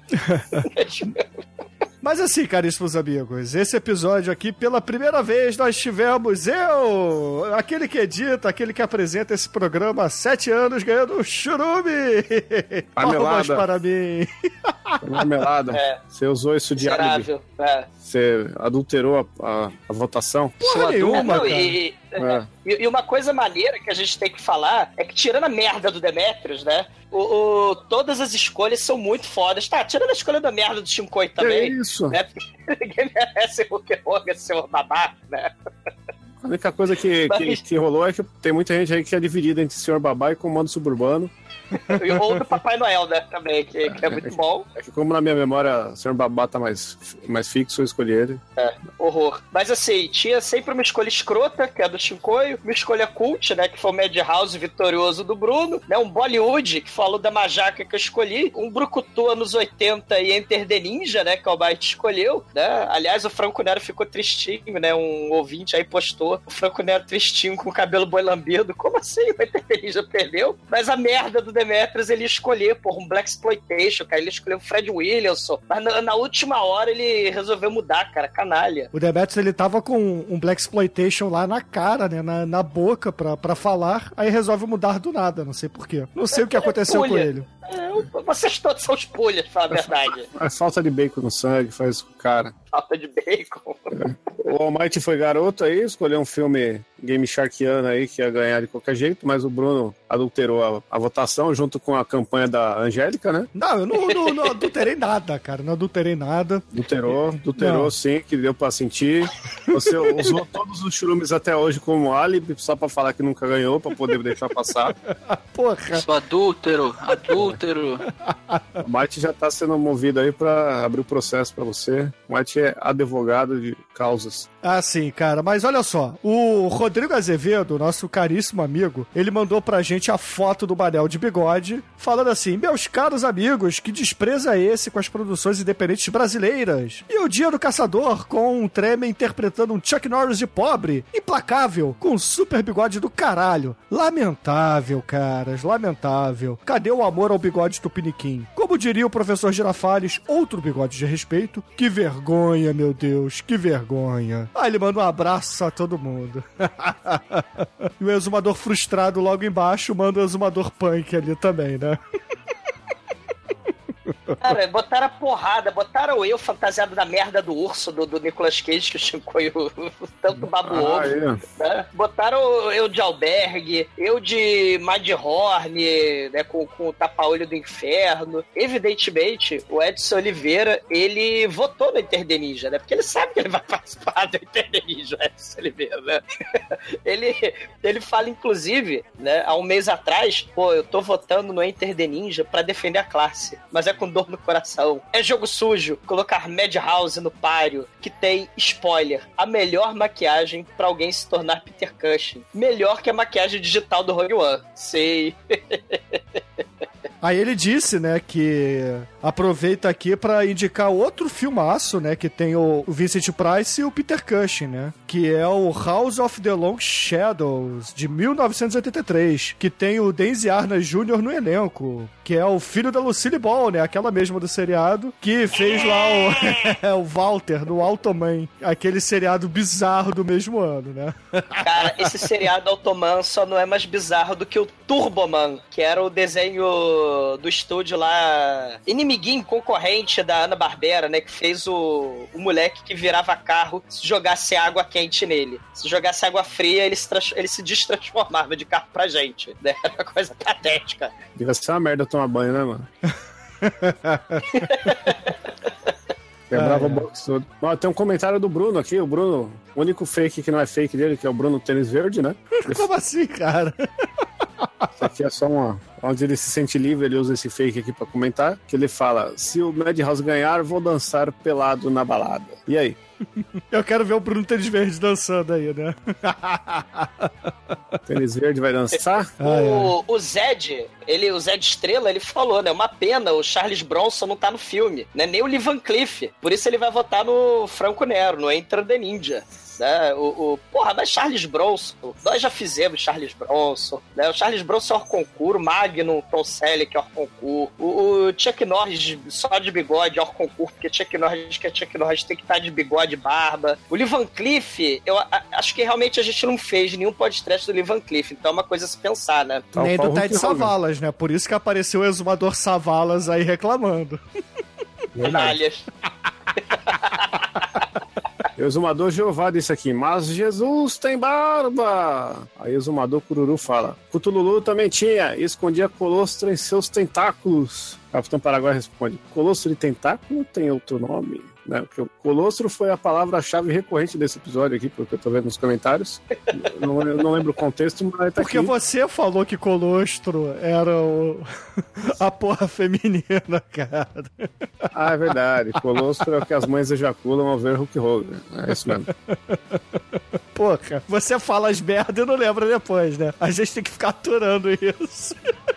S5: Mas assim, caríssimos amigos, esse episódio aqui, pela primeira vez, nós tivemos eu, aquele que edita, aquele que apresenta esse programa há sete anos, ganhando o Churume! Palmas para mim!
S4: Marmelada. É. Você usou isso de álibi. É. Você adulterou a, a, a votação.
S5: Porra nenhuma,
S2: não, e, é. e, e uma coisa maneira que a gente tem que falar é que, tirando a merda do Demetrius, né, o, o, todas as escolhas são muito fodas. Tá, tirando a escolha da merda do Shinkoi também.
S4: É isso.
S2: Né, ninguém merece o que roga seu babaca, né?
S4: A única coisa que, Mas... que, que rolou é que tem muita gente aí que é dividida entre senhor Babá e Comando Suburbano.
S2: Ou do Papai Noel, né? Também, que, que é muito bom.
S4: É que como na minha memória o senhor Babá tá mais, mais fixo, eu escolhi ele.
S2: É, horror. Mas assim, tinha sempre uma escolha escrota, que é a do Shinkoio, uma escolha cult, né? Que foi o Madhouse vitorioso do Bruno, né? Um Bollywood, que falou da Majaca que eu escolhi, um Brucutu anos oitenta e Enter the Ninja, né? Que o Almighty escolheu, né? Aliás, o Franco Nero ficou tristinho, né? Um ouvinte aí postou o Franco Nero tristinho com o cabelo boi lambido. Como assim? O Enter the Ninja perdeu? Mas a merda do Demetrius ele escolheu, porra, um Blaxploitation, cara. Ele escolheu o Fred Williamson. Mas na, na última hora ele resolveu mudar, cara. Canalha.
S5: O Demetrius, ele tava com um Blaxploitation lá na cara, né? Na, na boca pra, pra falar. Aí resolve mudar do nada. Não sei porquê. Não sei o que aconteceu com ele.
S2: É, vocês todos são espulhas, pra falar a verdade.
S4: A falta de bacon no sangue faz com o cara.
S2: Falta de bacon.
S4: É. O Almighty foi garoto aí, escolheu um filme Game Sharkiano aí que ia ganhar de qualquer jeito, mas o Bruno adulterou a, a votação junto com a campanha da Angélica, né?
S5: Não, eu não, não, não adulterei nada, cara. Não adulterei nada.
S4: Adulterou, adulterou não. Sim, que deu pra sentir. Você usou todos os churumes até hoje como álibi, só pra falar que nunca ganhou, pra poder deixar passar.
S3: Porra. Sou adúltero, adúltero.
S4: O Almighty já tá sendo movido aí pra abrir o processo pra você. O Almighty é advogado de causas.
S5: Ah, sim, cara. Mas olha só, o Rodrigo Azevedo, nosso caríssimo amigo, ele mandou pra gente a foto do Manel de bigode, falando assim: meus caros amigos, que desprezo é esse com as produções independentes brasileiras? E o Dia do Caçador, com um treme interpretando um Chuck Norris de pobre, implacável, com um super bigode do caralho. Lamentável, caras, lamentável. Cadê o amor ao bigode tupiniquim? Como diria o professor Girafales, outro bigode de respeito, que vergonha, meu Deus, que vergonha. Ah, ele manda um abraço a todo mundo. E o exumador frustrado logo embaixo manda o exumador punk ali também, né?
S2: Cara, botaram a porrada, botaram eu fantasiado da merda do urso do, do Nicolas Cage, que o Shinkoio tanto babo
S4: ah,
S2: ovo.
S4: É.
S2: Né? Botaram eu de Albergue, eu de Madhorn, né, com, com o tapa-olho do inferno. Evidentemente, o Edson Oliveira, ele votou no Enter the Ninja, né? Porque ele sabe que ele vai participar do Enter the Ninja, o Edson Oliveira, né? ele, ele fala, inclusive, né, há um mês atrás, pô, eu tô votando no Enter the Ninja pra defender a classe, mas é com dor no coração. É jogo sujo colocar Madhouse no páreo, que tem, spoiler, a melhor maquiagem pra alguém se tornar Peter Cushing. Melhor que a maquiagem digital do Rogue One. Sei.
S5: Aí ele disse, né, que aproveita aqui pra indicar outro filmaço, né, que tem o Vincent Price e o Peter Cushing, né, que é o House of the Long Shadows, de mil novecentos e oitenta e três, que tem o Denzi Arnaz Júnior no elenco, que é o filho da Lucille Ball, né, aquela mesma do seriado, que fez lá o, o Walter, no Automan, aquele seriado bizarro do mesmo ano, né.
S2: Cara, esse seriado Automan só não é mais bizarro do que o Turboman, que era o desenho do estúdio lá, inimiguinho, concorrente da Hanna-Barbera, né, que fez o, o moleque que virava carro se jogasse água quente nele. Se jogasse água fria, ele se, trans, ele se destransformava de carro pra gente, né? Era uma coisa patética.
S4: Devia ser uma merda tomar banho, né, mano? Quebrava o box todo. Ó, tem um comentário do Bruno aqui, o Bruno, o único fake que não é fake dele, que é o Bruno Tênis Verde, né?
S5: Como assim, cara?
S4: Isso aqui é só uma... Onde ele se sente livre, ele usa esse fake aqui pra comentar, que ele fala: se o Madhouse ganhar, vou dançar pelado na balada. E aí?
S5: Eu quero ver o Bruno Tênis Verde dançando aí, né?
S4: Tênis Verde vai dançar?
S2: O, o Zed, ele, o Zed Estrela, ele falou, né? Uma pena, o Charles Bronson não tá no filme, né? Nem o Lee Van Cleef. Por isso ele vai votar no Franco Nero, no Enter the Ninja. Né? O, o, porra, mas Charles Bronson, nós já fizemos Charles Bronson, né? O Charles Bronson é Orconcourt, o Magnum Tom Selleck é Orconcourt, o, o Chuck Norris só de bigode é Orconcourt, porque Chuck Norris que é Chuck Norris tem que estar de bigode e barba. O Lee Van Cleef, eu a, acho que realmente a gente não fez nenhum podcast do Lee Van Cleef, então é uma coisa a se pensar, né?
S5: Nem do Ted Savalas, né? Por isso que apareceu o exumador Savalas aí reclamando.
S2: Medalhas.
S4: O exumador Jeová disse aqui: mas Jesus tem barba. Aí o exumador Cururu fala: Cthulhu também tinha, e escondia colostra em seus tentáculos. Capitão Paraguai responde: Colostro de tentáculo tem outro nome? Né? Porque o colostro foi a palavra-chave recorrente desse episódio aqui, porque eu tô vendo nos comentários. não, eu não lembro o contexto, mas tá
S5: porque
S4: aqui.
S5: Você falou que colostro era o... a porra feminina, cara.
S4: Ah, é verdade. Colostro é o que as mães ejaculam ao ver Hulk Hogan. É isso mesmo.
S5: Porra, você fala as merda e não lembra depois, né? A gente tem que ficar aturando isso.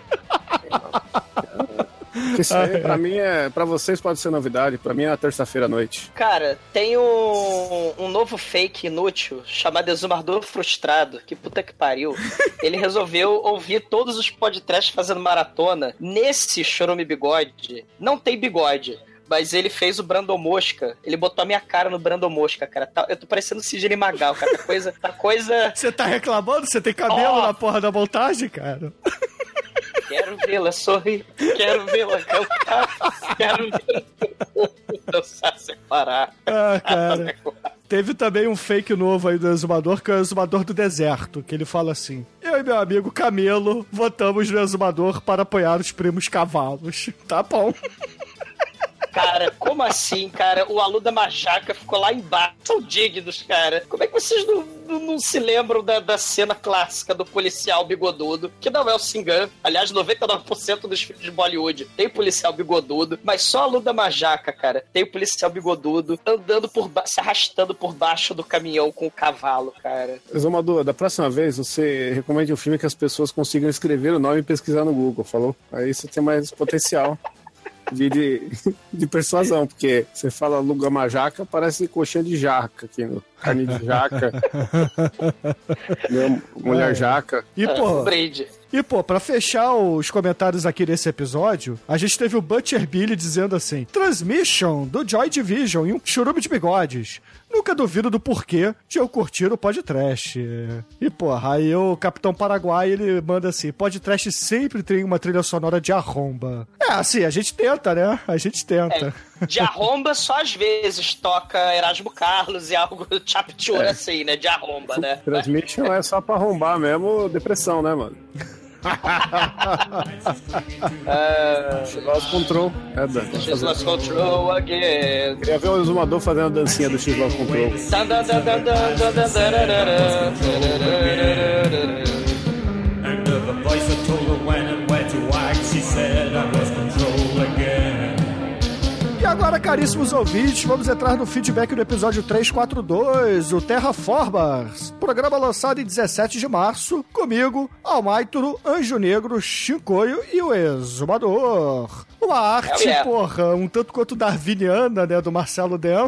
S4: Isso aí, pra mim, é, pra vocês pode ser novidade, pra mim é terça-feira à noite.
S2: Cara, tem um, um novo fake inútil chamado Exumador Frustrado, que puta que pariu. Ele resolveu ouvir todos os podcasts fazendo maratona. Nesse Chorume Bigode, não tem bigode. Mas ele fez o Brandon Mosca. Ele botou a minha cara no Brandon Mosca, cara. Eu tô parecendo o Sidney Magal, cara. Tá coisa... Tá coisa...
S5: Você tá reclamando? Você tem cabelo
S2: oh.
S5: na porra da montagem, cara?
S2: Quero vê-la sorrir. Quero vê-la cantar. Quero vê-la dançar sem parar.
S5: Ah, cara. Teve também um fake novo aí do Exumador, que é o Exumador do Deserto, que ele fala assim: eu e meu amigo Camelo votamos no Exumador para apoiar os primos cavalos. Tá bom.
S2: Cara, como assim, cara? O Alu da Majaca ficou lá embaixo. São dignos, cara. Como é que vocês não, não, não se lembram da, da cena clássica do policial bigodudo? Que não é o Singan. Aliás, noventa e nove por cento dos filmes de Bollywood tem policial bigodudo. Mas só a Alu da Majaca, cara, tem o policial bigodudo andando por ba- se arrastando por baixo do caminhão com o cavalo, cara.
S4: Exumador, da próxima vez você recomende um filme que as pessoas consigam escrever o nome e pesquisar no Google, falou? Aí você tem mais potencial. De, de, de persuasão, porque você fala Luga Majaca, parece coxinha de jaca aqui, no carne de jaca. Mulher é. jaca.
S5: E, pô,
S2: Brady.
S5: E, pô, pra fechar os comentários aqui desse episódio, a gente teve o Butcher Billy dizendo assim: Transmission do Joy Division e um churume de bigodes. Nunca duvido do porquê de eu curtir o podcast. E, porra, aí o Capitão Paraguai, ele manda assim: podcast sempre tem uma trilha sonora de arromba. É, assim, a gente tenta, né? A gente tenta.
S2: É, de arromba só às vezes toca Erasmo Carlos e algo chaptura, é. assim, né? De arromba, né?
S4: Transmission é só pra arrombar mesmo depressão, né, mano? uh, She's Lost Control. É, Dan.
S2: She's Lost Control again.
S4: Queria ver o Exumador fazendo a dancinha do She's Lost Control.
S9: And the voice that told her when and where to act, she said I lost control again.
S5: E agora, caríssimos ouvintes, vamos entrar no feedback do episódio trezentos e quarenta e dois, o Terraformers. Programa lançado em dezessete de março, comigo, Almaituro, Anjo Negro, Shinkoio e o Exumador. Uma arte, yeah. porra, um tanto quanto darwiniana, né, do Marcelo Del.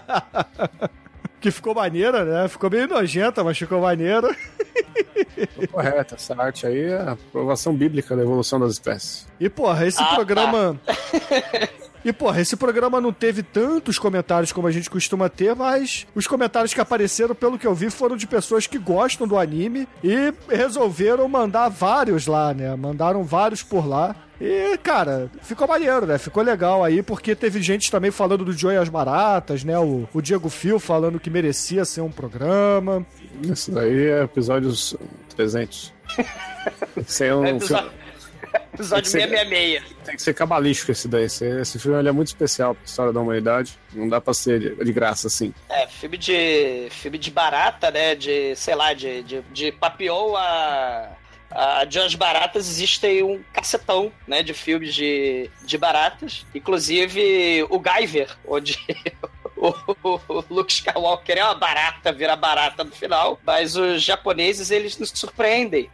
S5: Que ficou maneira, né? Ficou meio nojenta, mas ficou maneira.
S4: Correto, essa arte aí é a aprovação bíblica da evolução das espécies.
S5: E, porra, esse ah, programa... Tá. E, porra, esse programa não teve tantos comentários como a gente costuma ter, mas os comentários que apareceram, pelo que eu vi, foram de pessoas que gostam do anime e resolveram mandar vários lá, né? Mandaram vários por lá. E, cara, ficou maneiro, né? Ficou legal aí, porque teve gente também falando do Joey e as Baratas, né? O, o Diego Fio falando que merecia ser um programa.
S4: Isso daí é episódios trezentos. Isso aí é um...
S2: É episódio... Episódio seiscentos e sessenta e seis.
S4: Tem que ser cabalístico esse daí. Esse, esse filme ele é muito especial pra história da humanidade. Não dá pra ser de, de graça assim.
S2: É, filme de. Filme de barata, né? De, sei lá, de, de, de Papillon a. A de as baratas existe um cacetão, né? De filmes de, de baratas. Inclusive o Guyver, onde. O, o, o Luke Skywalker é uma barata, vira barata no final, mas os japoneses, eles nos surpreendem,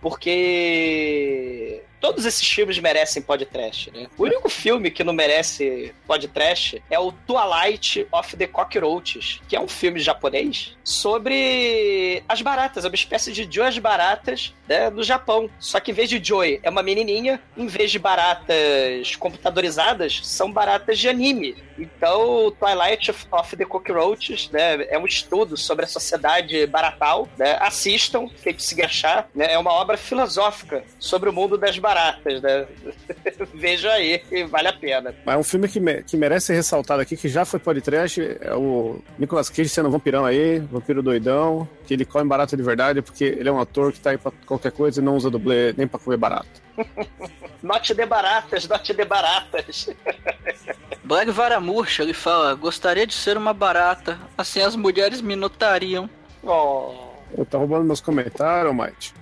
S2: porque todos esses filmes merecem podcast, né? O único filme que não merece podcast é o Twilight of the Cockroaches, que é um filme japonês sobre as baratas, é uma espécie de Joy baratas, né, no Japão. Só que em vez de Joy é uma menininha, em vez de baratas computadorizadas, são baratas de anime. Então, o Twilight of the Cockroaches, né, é um estudo sobre a sociedade baratal, né? Assistam, quem conseguir achar, né? É uma obra filosófica sobre o mundo das baratas. baratas, né? Vejo aí, vale a pena.
S4: Mas um filme que, me, que merece ser ressaltado aqui, que já foi podcast, é o Nicolas Cage sendo um vampirão aí, vampiro doidão, que ele come barata de verdade, porque ele é um ator que tá aí pra qualquer coisa e não usa dublê nem pra comer barato.
S2: Note de baratas, note de baratas.
S3: Black Varamurcha, ele fala, gostaria de ser uma barata, assim as mulheres me notariam.
S2: Oh.
S4: Eu tá roubando meus comentários, Mike.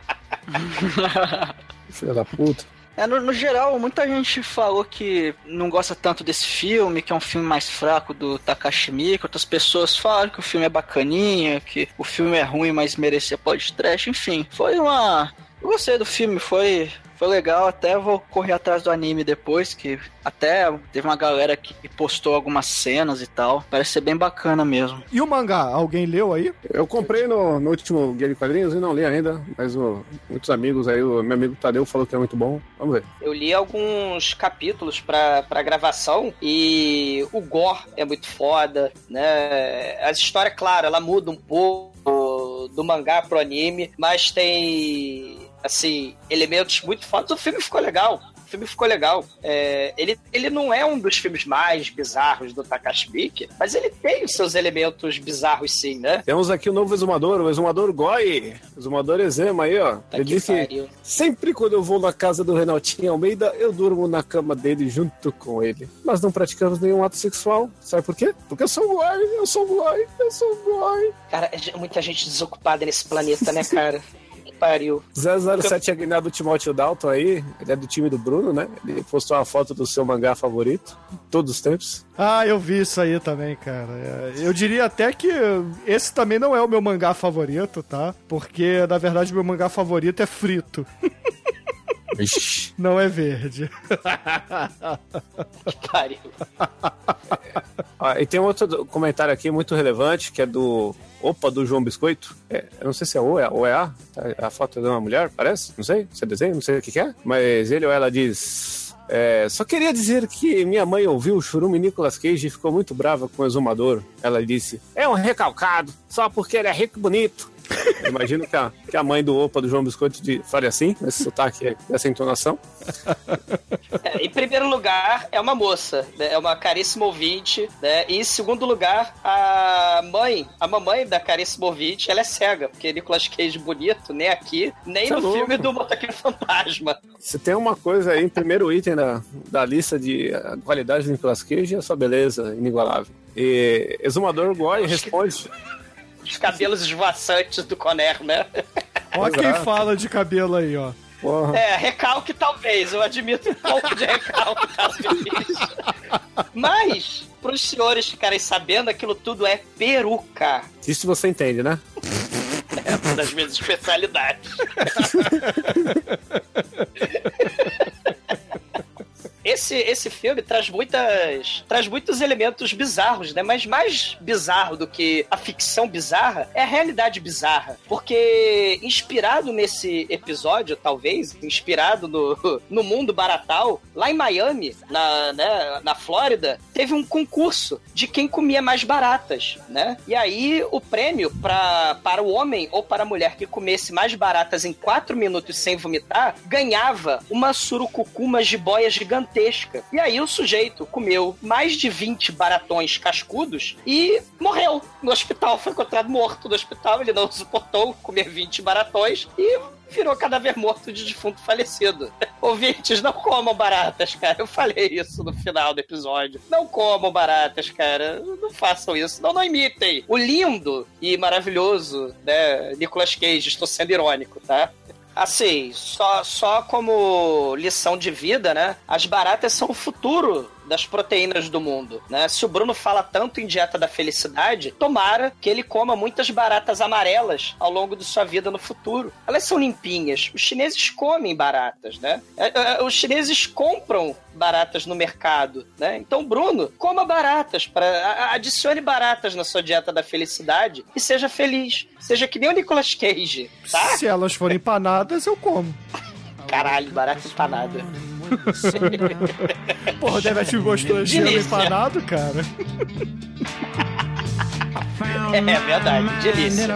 S4: Filha da puta.
S3: É, no, no geral, muita gente falou que não gosta tanto desse filme, que é um filme mais fraco do Takashi Miike. Outras pessoas falaram que o filme é bacaninha, que o filme é ruim, mas merecia podcast. Enfim, foi uma... Eu gostei do filme, foi... Foi legal, até vou correr atrás do anime depois, que até teve uma galera que postou algumas cenas e tal. Parece ser bem bacana mesmo.
S5: E o mangá, alguém leu aí?
S4: Eu comprei no, no último Guia de Quadrinhos e não li ainda, mas o, muitos amigos aí, o meu amigo Tadeu falou que é muito bom. Vamos ver.
S2: Eu li alguns capítulos pra, pra gravação e o gore é muito foda, né? A história, claro, ela muda um pouco do mangá pro anime, mas tem... assim, elementos muito fodas. O filme ficou legal. O filme ficou legal. É, ele, ele não é um dos filmes mais bizarros do Takashi Miike, mas ele tem os seus elementos bizarros sim, né?
S4: Temos aqui o novo exumador, o exumador Goi. Exumador Exema aí, ó.
S2: Tá
S4: ele
S2: que
S4: disse
S2: pariu.
S4: que sempre quando eu vou na casa do Renatinho Almeida, eu durmo na cama dele junto com ele. Mas não praticamos nenhum ato sexual. Sabe por quê? Porque eu sou um Goi, eu sou um Goi, eu sou um Goi.
S2: Cara, é muita gente desocupada nesse planeta, né, cara? Pariu.
S4: zero zero sete é guinado do Timóteo Dalton aí, ele é do time do Bruno, né? Ele postou uma foto do seu mangá favorito, todos os tempos.
S5: Ah, eu vi isso aí também, cara. Eu diria até que esse também não é o meu mangá favorito, tá? Porque, na verdade, meu mangá favorito é frito.
S4: Ixi.
S5: Não é verde.
S2: Que pariu.
S4: Ah, e tem outro comentário aqui muito relevante, que é do Opa, do João Biscoito. É, eu não sei se é O ou é A. A foto de uma mulher, parece. Não sei se é desenho, não sei o que, que é. Mas ele ou ela diz... É, só queria dizer que minha mãe ouviu o Churume Nicolas Cage e ficou muito brava com o exumador. Ela disse, é um recalcado, só porque ele é rico e bonito. Eu imagino que a, que a mãe do Opa, do João Biscoito, de, faria assim, nesse sotaque, nessa entonação.
S2: É, em primeiro lugar, é uma moça, né? É uma caríssima ouvinte, né? E em segundo lugar, a mãe, a mamãe da caríssima ouvinte, ela é cega, porque Nicolas Cage bonito, nem aqui, nem
S4: Você
S2: no
S4: é louco.
S2: filme do Motoqueiro Fantasma.
S4: Se tem uma coisa aí, em primeiro item da, da lista de qualidade do Nicolas Cage, é a sua beleza inigualável. E Exumador Goi responde...
S2: Os cabelos esvoaçantes do Conner, né?
S5: Ó quem
S4: Exato.
S5: fala de cabelo aí, ó.
S4: Porra.
S2: É, recalque talvez, eu admito um pouco de recalque talvez. Mas, pros senhores ficarem sabendo, aquilo tudo é peruca.
S4: Isso você entende, né?
S2: É uma das minhas especialidades. Esse, esse filme traz muitas traz muitos elementos bizarros, né? Mas mais bizarro do que a ficção bizarra é a realidade bizarra. Porque inspirado nesse episódio, talvez, inspirado no, no mundo baratal, lá em Miami, na, né, na Flórida, teve um concurso de quem comia mais baratas, né? E aí o prêmio pra, para o homem ou para a mulher que comesse mais baratas em quatro minutos sem vomitar, ganhava uma surucucu, uma jiboia gigantesca. E aí o sujeito comeu mais de vinte baratões cascudos e morreu no hospital. Foi encontrado morto no hospital. Ele não suportou comer vinte baratões e virou cadáver morto de defunto falecido. Ouvintes, não comam baratas, cara. Eu falei isso no final do episódio. Não comam baratas, cara. Não façam isso. Não, não imitem. O lindo e maravilhoso, né, Nicolas Cage, estou sendo irônico, tá? Assim, só, só como lição de vida, né? As baratas são o futuro das proteínas do mundo, né? Se o Bruno fala tanto em dieta da felicidade, tomara que ele coma muitas baratas amarelas ao longo de sua vida no futuro. Elas são limpinhas. Os chineses comem baratas, né? Os chineses compram baratas no mercado, né? Então, Bruno, coma baratas, pra, adicione baratas na sua dieta da felicidade e seja feliz. Seja que nem o Nicolas Cage, tá?
S5: Se elas forem empanadas, eu como.
S2: Caralho, barata empanada.
S5: Porra, deve ter gostou de gelo
S2: Delícia.
S5: empanado, cara.
S2: É, é verdade, delícia.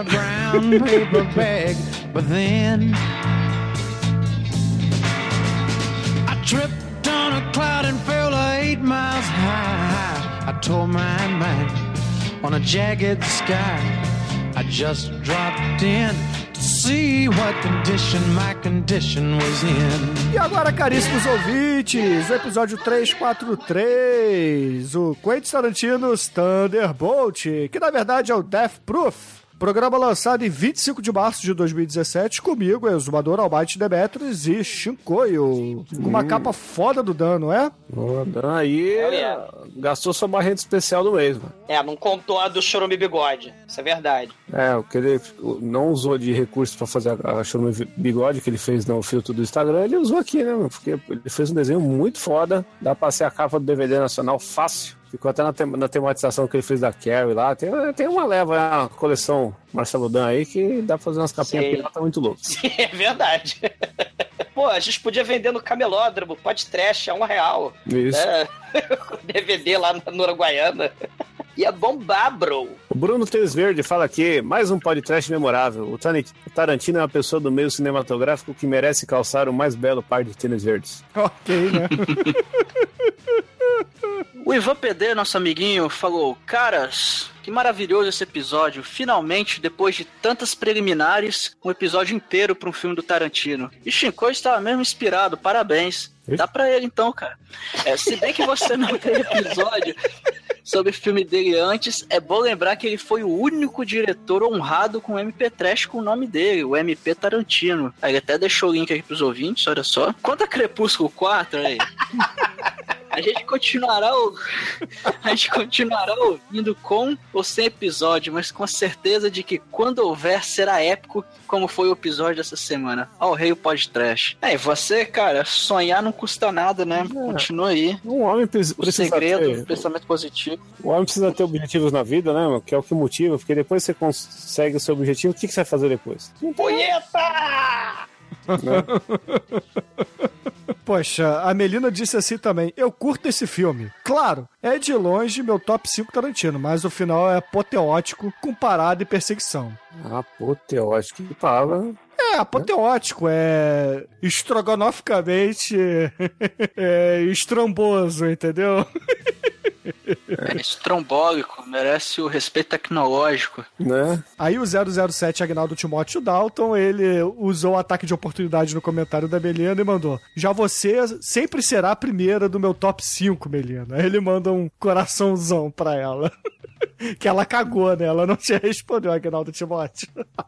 S10: tore my mind on a jagged sky. I just dropped in to see what condition my condition was in.
S5: E agora, caríssimos ouvintes, o episódio trezentos e quarenta e três, o Quentin Tarantino's Thunderbolt, que na verdade é o Death Proof. Programa lançado em vinte e cinco de março de dois mil e dezessete, comigo, Exumador, Almighty Demetrius e Shinkoio. Com uma hum. capa foda do Dan, não é?
S4: O Dan aí é. gastou sua barrenta especial do mês, mano.
S2: É, não contou a do Chorume Bigode, isso é verdade.
S4: É, o que ele não usou de recursos pra fazer a Chorume Bigode, que ele fez no filtro do Instagram, ele usou aqui, né, mano? Porque ele fez um desenho muito foda, dá pra ser a capa do D V D nacional fácil. Ficou até na, te- na tematização que ele fez da Carrie lá. Tem, tem uma leva, uma coleção Marcelo Dan aí que dá pra fazer umas capinhas pirata muito loucas.
S2: Sim, é verdade. Pô, a gente podia vender no camelódromo, pode trash, a um real.
S4: Isso.
S2: É, D V D lá na Uruguaiana. Ia bombar, bro.
S4: O Bruno Tênis Verde fala aqui, mais um podcast memorável. O Tarantino é uma pessoa do meio cinematográfico que merece calçar o mais belo par de tênis verdes.
S5: Ok, né?
S3: O Ivan P D, nosso amiguinho, falou: caras, que maravilhoso esse episódio. Finalmente, depois de tantas preliminares, um episódio inteiro para um filme do Tarantino. E Shinkoi estava mesmo inspirado, parabéns. Dá pra ele então, cara. É, se bem que você não tem episódio sobre o filme dele antes, é bom lembrar que ele foi o único diretor honrado com o M P Trash com o nome dele, o M P Tarantino. Aí ele até deixou o link aqui pros ouvintes, olha só. Quanto a Crepúsculo quatro, aí... A gente continuará o... a gente continuará ouvindo com ou sem episódio, mas com a certeza de que quando houver será épico, como foi o episódio dessa semana. Ao rei o podcast. É, e você, cara, sonhar não custa nada, né? É. Continua aí.
S4: Um homem precisa
S3: o segredo,
S4: ter...
S3: o pensamento positivo.
S4: O homem precisa ter objetivos na vida, né, mano? Que é o que motiva, porque depois você consegue o seu objetivo, o que, que você vai fazer depois?
S2: Punheta!
S5: Né? Poxa, a Melina disse assim também: eu curto esse filme. Claro, é de longe meu top cinco Tarantino, mas o final é apoteótico, com parada e perseguição.
S4: Apoteótico, que palavra...
S5: É, apoteótico, é estrogonoficamente é estromboso, entendeu?
S3: É estrombólico, merece o respeito tecnológico.
S4: Né?
S5: Aí o zero zero sete Agnaldo Timóteo Dalton, ele usou o ataque de oportunidade no comentário da Melina e mandou: já você sempre será a primeira do meu top cinco, Melina. Aí ele manda um coraçãozão pra ela. Que ela cagou, né? Ela não tinha respondido, Agnaldo Timóteo.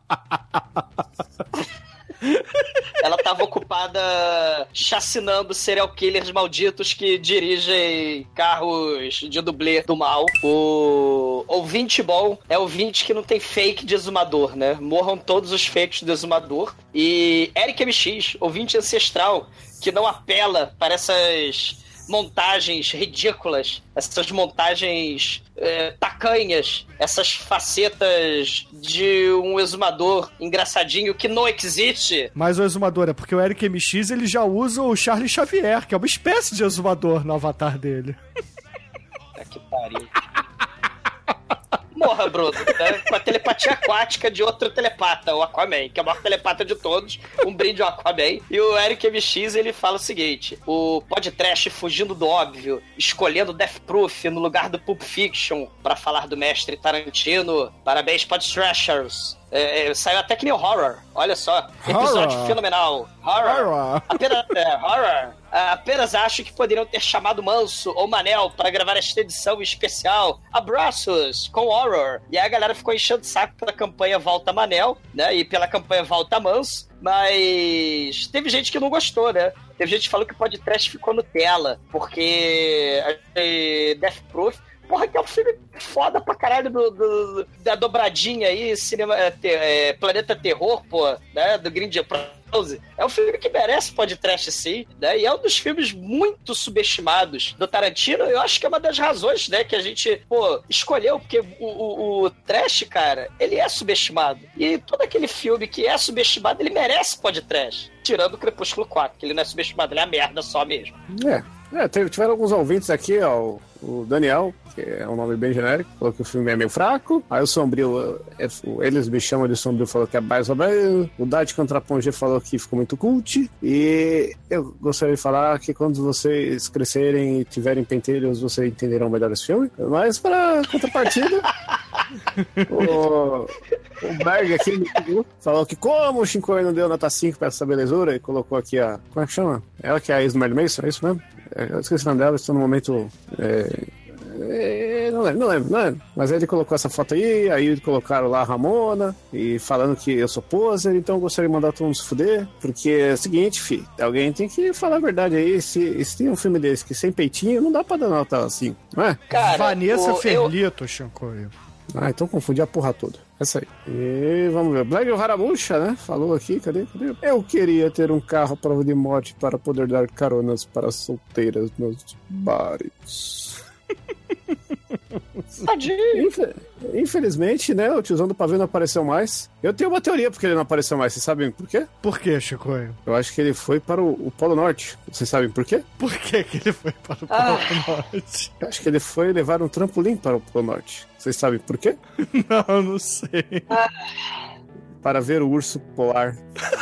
S2: Ela tava ocupada chacinando serial killers malditos que dirigem carros de dublê do mal. O ouvinte bom é ouvinte que não tem fake de exumador, né? Morram todos os fakes do exumador. E Eric M X, ouvinte ancestral, que não apela para essas montagens ridículas, essas montagens é, tacanhas, essas facetas de um exumador engraçadinho que não existe.
S5: Mas o exumador é porque o Eric M X ele já usa o Charlie Xavier, que é uma espécie de exumador no avatar dele.
S2: Tá que pariu. Morra, Bruno, né? Com a telepatia aquática de outro telepata, o Aquaman, que é o maior telepata de todos, um brinde ao Aquaman. E o Eric M X, ele fala o seguinte: o podcast fugindo do óbvio, escolhendo Death Proof no lugar do Pulp Fiction pra falar do mestre Tarantino. Parabéns, Podtrashers. É, é, saiu até que nem horror, olha só. Episódio
S5: horror.
S2: Fenomenal. Horror.
S5: Horror.
S2: Apenas, é, horror. Apenas acho que poderiam ter chamado Manso ou Manel para gravar esta edição especial. Abraços com horror. E aí a galera ficou enchendo o saco pela campanha Volta Manel, né? E pela campanha Volta Manso. Mas teve gente que não gostou, né? Teve gente que falou que o podcast ficou Nutella, porque a Death Proof, porra, que é um filme foda pra caralho do, do, da dobradinha aí, cinema, é, é, Planeta Terror, pô, né? Do Green Close. É um filme que merece podcast, sim, né? E é um dos filmes muito subestimados do Tarantino. Eu acho que é uma das razões, né, que a gente, pô, escolheu, porque o, o, o trash, cara, ele é subestimado. E todo aquele filme que é subestimado, ele merece podcast. Tirando o Crepúsculo quatro, que ele não é subestimado, ele é a merda só mesmo.
S4: É. É, tiveram alguns ouvintes aqui, ó. O Daniel, que é um nome bem genérico, falou que o filme é meio fraco. Aí o Sombrio, eles me chamam de Sombrio, falou que é mais ou menos. O Dade Contraponge falou que ficou muito cult. E eu gostaria de falar que quando vocês crescerem e tiverem pentelhos, vocês entenderão melhor esse filme. Mas para contrapartida, o, o Berg aqui falou que como o Shinkoi não deu nota cinco pra essa belezura e colocou aqui a... Como é que chama? Ela que é a ex do Mad Mason, é isso mesmo? Eu esqueci o nome dela, estou no momento... É, é, não lembro, não lembro, não lembro. Mas aí ele colocou essa foto aí, aí colocaram lá a Ramona, e falando que eu sou poser, então eu gostaria de mandar todo mundo se fuder, porque é o seguinte, fi, alguém tem que falar a verdade aí, se, se tem um filme desse que sem peitinho, não dá pra dar nota assim, não é?
S5: Cara, Vanessa o, Ferlito, eu... Shinkoi.
S4: Ah, então confundi a porra toda. Essa aí. E vamos ver. Black Harabucha, né? Falou aqui, cadê? Cadê? Eu queria ter um carro à prova de morte para poder dar caronas para solteiras nos bares. Infel- Infelizmente, né? O tiozão do pavê não apareceu mais. Eu tenho uma teoria porque ele não apareceu mais. Vocês sabem por quê?
S5: Por quê, Chico?
S4: Eu acho que ele foi para o, o Polo Norte. Vocês sabem por quê?
S5: Por que que ele foi para o Polo ah. Norte?
S4: Eu acho que ele foi levar um trampolim para o Polo Norte. Vocês sabem por quê?
S5: Não, não sei. Ah.
S4: Para ver o urso polar.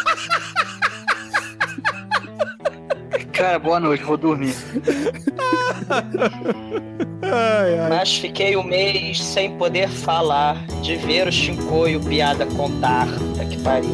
S3: Cara, boa noite, vou dormir.
S2: Ai, ai. Mas fiquei um mês sem poder falar, de ver o Shinkoi o piada contar. Tá que pariu.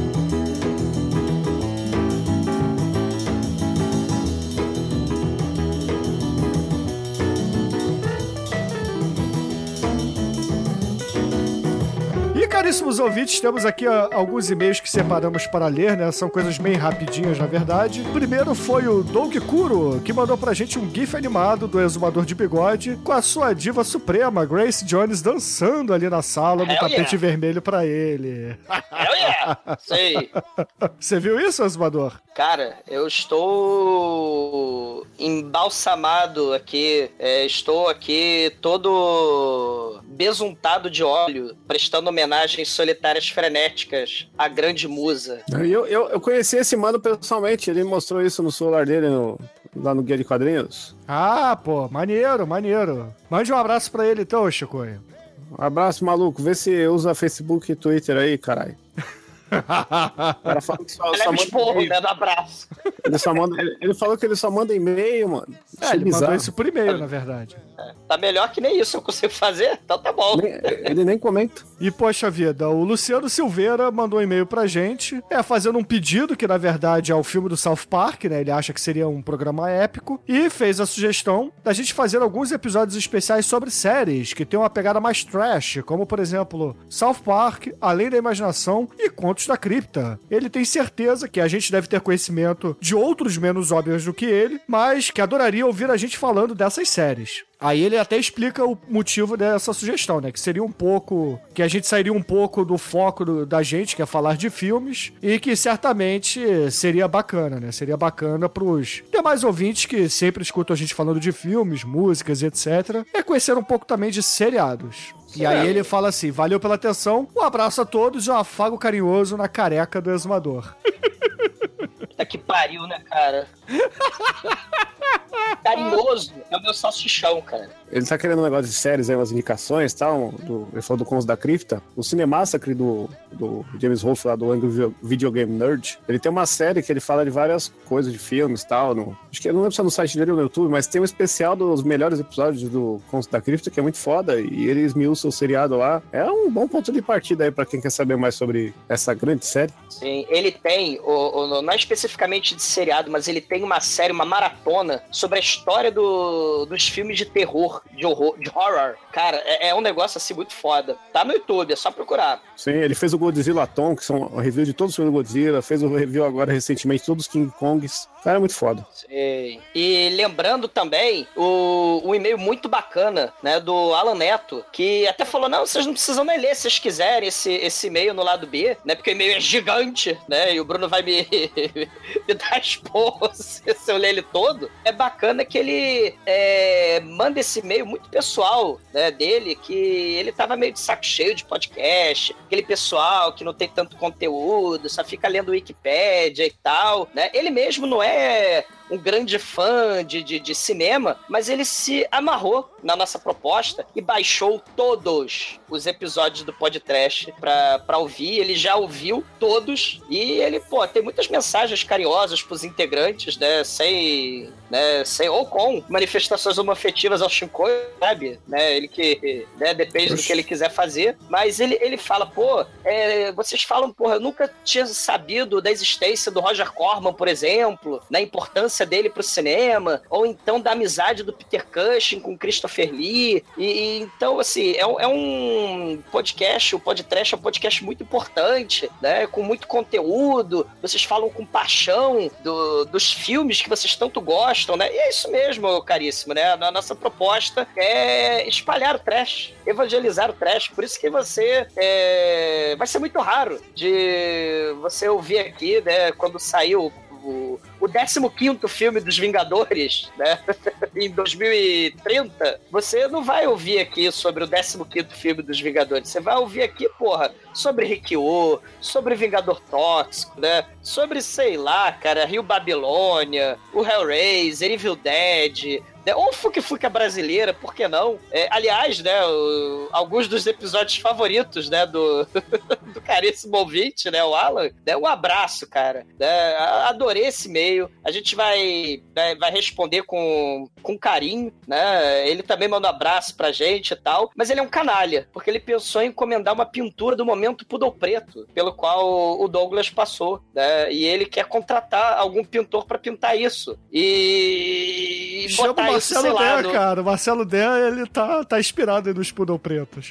S5: E caríssimos ouvintes, temos aqui uh, alguns e-mails que separamos para ler, né? São coisas bem rapidinhas, na verdade. O primeiro foi o Doug Kuro, que mandou pra gente um gif animado do Exumador de Bigode com a sua diva suprema, Grace Jones, dançando ali na sala, no Hell tapete yeah. vermelho pra ele.
S2: Hell yeah! Sei.
S5: Você viu isso, Exumador?
S2: Cara, eu estou embalsamado aqui, é, estou aqui todo besuntado de óleo, prestando homenagens solitárias frenéticas à grande musa.
S4: Eu, eu, eu conheci esse mano pessoalmente, ele mostrou isso no celular dele, no, lá no Guia de Quadrinhos.
S5: Ah, pô, maneiro, maneiro. Mande um abraço pra ele então, Chico.
S4: Um abraço, maluco. Vê se usa Facebook e Twitter aí, caralho.
S2: O cara falou que só, só manda esporro, né, do abraço.
S4: Ele, só manda, ele, ele falou que ele só manda e-mail, mano.
S5: É, ele bizarro. Mandou isso por e-mail, na verdade.
S2: É, tá melhor que nem isso eu consigo fazer, então tá bom.
S4: Nem, ele nem comenta.
S5: E, poxa vida, o Luciano Silveira mandou um e-mail pra gente, é, fazendo um pedido, que na verdade é o filme do South Park, né, ele acha que seria um programa épico, e fez a sugestão da gente fazer alguns episódios especiais sobre séries, que tem uma pegada mais trash, como, por exemplo, South Park, Além da Imaginação e Contos da Cripta. Ele tem certeza que a gente deve ter conhecimento de outros menos óbvios do que ele, mas que adoraria ouvir a gente falando dessas séries. Aí ele até explica o motivo dessa sugestão, né? Que seria um pouco... Que a gente sairia um pouco do foco do, da gente, que é falar de filmes, e que certamente seria bacana, né? Seria bacana pros demais ouvintes que sempre escutam a gente falando de filmes, músicas, etcétera. É conhecer um pouco também de seriados. E aí ele fala assim, valeu pela atenção, um abraço a todos e um afago carinhoso na careca do Exumador.
S2: Puta que pariu, né, cara? Carinhoso é o meu salsichão, cara.
S4: Ele tá querendo um negócio de séries aí, umas indicações e tal. Do, ele falou do Contos da Cripta. O Cinemassacre do, do James Rolfe, lá do Angry Video Game Nerd. Ele tem uma série que ele fala de várias coisas de filmes e tal. No, acho que eu não lembro se é no site dele ou no YouTube, mas tem um especial dos melhores episódios do Contos da Cripta, que é muito foda. E ele esmiuça o seriado lá. É um bom ponto de partida aí pra quem quer saber mais sobre essa grande série.
S2: Sim, ele tem, o, o, não é especificamente de seriado, mas ele tem uma série, uma maratona sobre a história do, dos filmes de terror, de horror, de horror. Cara, é, é um negócio assim muito foda. Tá no YouTube, é só procurar.
S4: Sim, ele fez o Godzilla Atom, que são a review de todos os filmes do Godzilla, fez o review agora recentemente de todos os King Kongs. Cara, é muito foda.
S2: Sim. E lembrando também o, um e-mail muito bacana, né, do Alan Neto, que até falou, não, vocês não precisam nem ler se vocês quiserem esse, esse e-mail no lado B, né, porque o e-mail é gigante, né, e o Bruno vai me, me dar esporro se eu ler ele todo. é bacana que ele é, manda esse e-mail muito pessoal, né, dele, que ele tava meio de saco cheio de podcast, aquele pessoal que não tem tanto conteúdo, só fica lendo Wikipédia e tal, né? Ele mesmo não é um grande fã de, de, de cinema, mas ele se amarrou na nossa proposta e baixou todos os episódios do podcast pra, pra ouvir. Ele já ouviu todos e ele, pô, tem muitas mensagens carinhosas pros integrantes, né, sem, né, sem ou com manifestações homoafetivas ao Shinkoi, sabe? Né, ele que, né, depende Oxi. do que ele quiser fazer, mas ele, ele fala, pô, é, vocês falam, porra, eu nunca tinha sabido da existência do Roger Corman, por exemplo, na importância dele pro cinema, ou então da amizade do Peter Cushing com Christopher Lee, e, e então, assim, é, é um podcast, o podcast é um podcast muito importante, né, com muito conteúdo, vocês falam com paixão do, dos filmes que vocês tanto gostam, né, e é isso mesmo, caríssimo, né, a nossa proposta é espalhar o trash, evangelizar o trash, por isso que você é, vai ser muito raro de você ouvir aqui, né, quando saiu o, o décimo quinto filme dos Vingadores, né, em dois mil e trinta, você não vai ouvir aqui sobre o décimo quinto filme dos Vingadores, você vai ouvir aqui, porra, sobre Rikyo, sobre Vingador Tóxico, né, sobre, sei lá, cara, Rio Babilônia, o Hellraiser, Evil Dead, né, ou Fuki Fuki brasileira, por que não? É, aliás, né, o, alguns dos episódios favoritos, né, do, do caríssimo ouvinte, né, o Alan, né, um abraço, cara, né, adorei esse e-mail, a gente vai, né, vai responder com, com carinho, né, ele também manda um abraço pra gente e tal, mas ele é um canalha, porque ele pensou em encomendar uma pintura do momento Poodle Preto, pelo qual o Douglas passou, né, e ele quer contratar algum pintor pra pintar isso, e
S5: Chama
S2: botar
S5: o Marcelo
S2: isso,
S5: Dé,
S2: no...
S5: cara, o Marcelo Dé, ele tá, tá inspirado aí nos Poodle Pretos.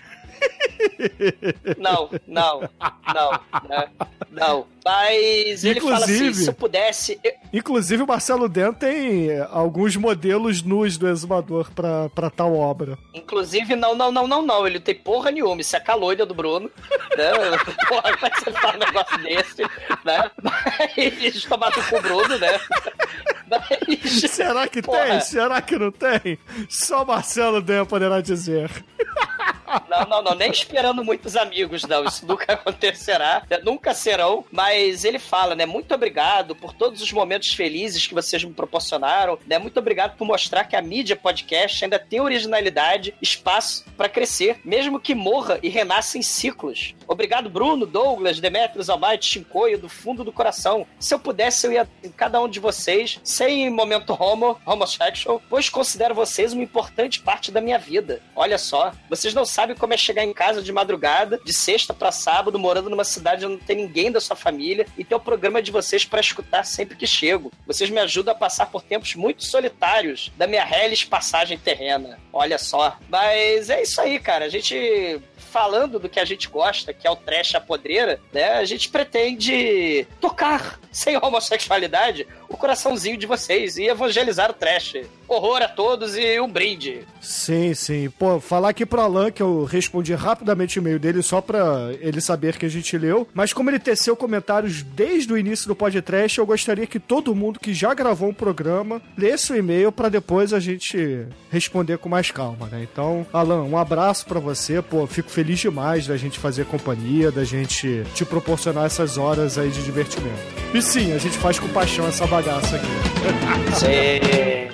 S2: Não, não, não, né? Não. Mas ele
S5: inclusive,
S2: fala assim, se eu pudesse... Eu...
S5: Inclusive o Marcelo Den tem alguns modelos nus do Exumador pra, pra tal obra.
S2: Inclusive, não, não, não, não, não. Ele não tem porra nenhuma. Isso é a caloida do Bruno. Né? Porra, como é que você fala um negócio desse? Né? Mas tomado com o Bruno, né? Mas...
S5: Será que
S2: porra.
S5: tem? Será que não tem? Só o Marcelo Den poderá dizer.
S2: Não, não, não, nem esperando muitos amigos, não, isso nunca acontecerá, né? Nunca serão, mas ele fala, né, muito obrigado por todos os momentos felizes que vocês me proporcionaram, né, muito obrigado por mostrar que a mídia podcast ainda tem originalidade, espaço pra crescer, mesmo que morra e renasça em ciclos. Obrigado, Bruno, Douglas, Demetrius, Almighty, Shinkoio, do fundo do coração. Se eu pudesse, eu ia em cada um de vocês, sem momento homo, homosexual, pois considero vocês uma importante parte da minha vida. Olha só, vocês não sabem como é chegar em casa de madrugada, de sexta pra sábado, morando numa cidade onde não tem ninguém da sua família, e ter o programa de vocês pra escutar sempre que chego. Vocês me ajudam a passar por tempos muito solitários da minha reles passagem terrena. Olha só. Mas é isso aí, cara. A gente... falando do que a gente gosta, que é o trash, a podreira, né, a gente pretende tocar, sem homossexualidade, o coraçãozinho de vocês e evangelizar o trash. Horror a todos e um brinde.
S5: Sim, sim. Pô, falar aqui pro Alan que eu respondi rapidamente o e-mail dele só pra ele saber que a gente leu, mas como ele teceu comentários desde o início do podcast, eu gostaria que todo mundo que já gravou um programa lesse o e-mail pra depois a gente responder com mais calma, né? Então, Alan, um abraço pra você, pô, fico feliz demais da gente fazer companhia, da gente te proporcionar essas horas aí de divertimento. E sim, a gente faz com paixão essa bagaça aqui.
S2: Sim.
S1: Ei,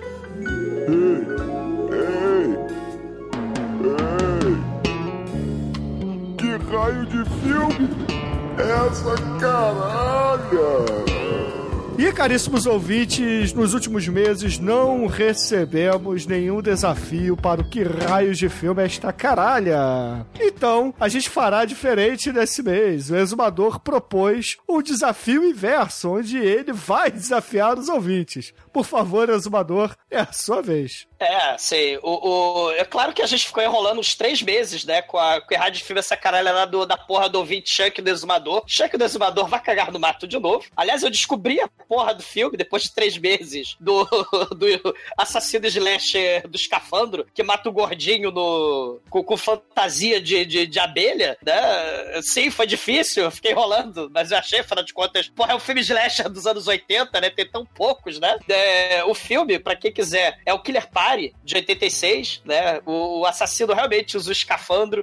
S1: ei, que raio de filme é essa caralho?
S5: E, caríssimos ouvintes, nos últimos meses não recebemos nenhum desafio para o que raios de filme é esta caralha. Então, a gente fará diferente nesse mês. O Exumador propôs um desafio inverso, onde ele vai desafiar os ouvintes. Por favor, Exumador, é a sua vez.
S2: É, sei. O, o, é claro que a gente ficou enrolando uns três meses, né? Com a, com a rádio de filme, essa caralha lá do, da porra do ouvinte Chuck do Exumador. Chuck do Exumador vai cagar no mato de novo. Aliás, eu descobri a porra do filme depois de três meses do, do assassino slasher do escafandro, que mata o gordinho no, com, com fantasia de, de, de abelha, né? Sim, foi difícil, eu fiquei enrolando, mas eu achei, afinal de contas, porra, é um filme slasher dos anos oitenta, né? Tem tão poucos, né? É, o filme, pra quem quiser, é o Killer Party, de oitenta e seis, né? O, o assassino realmente usa o escafandro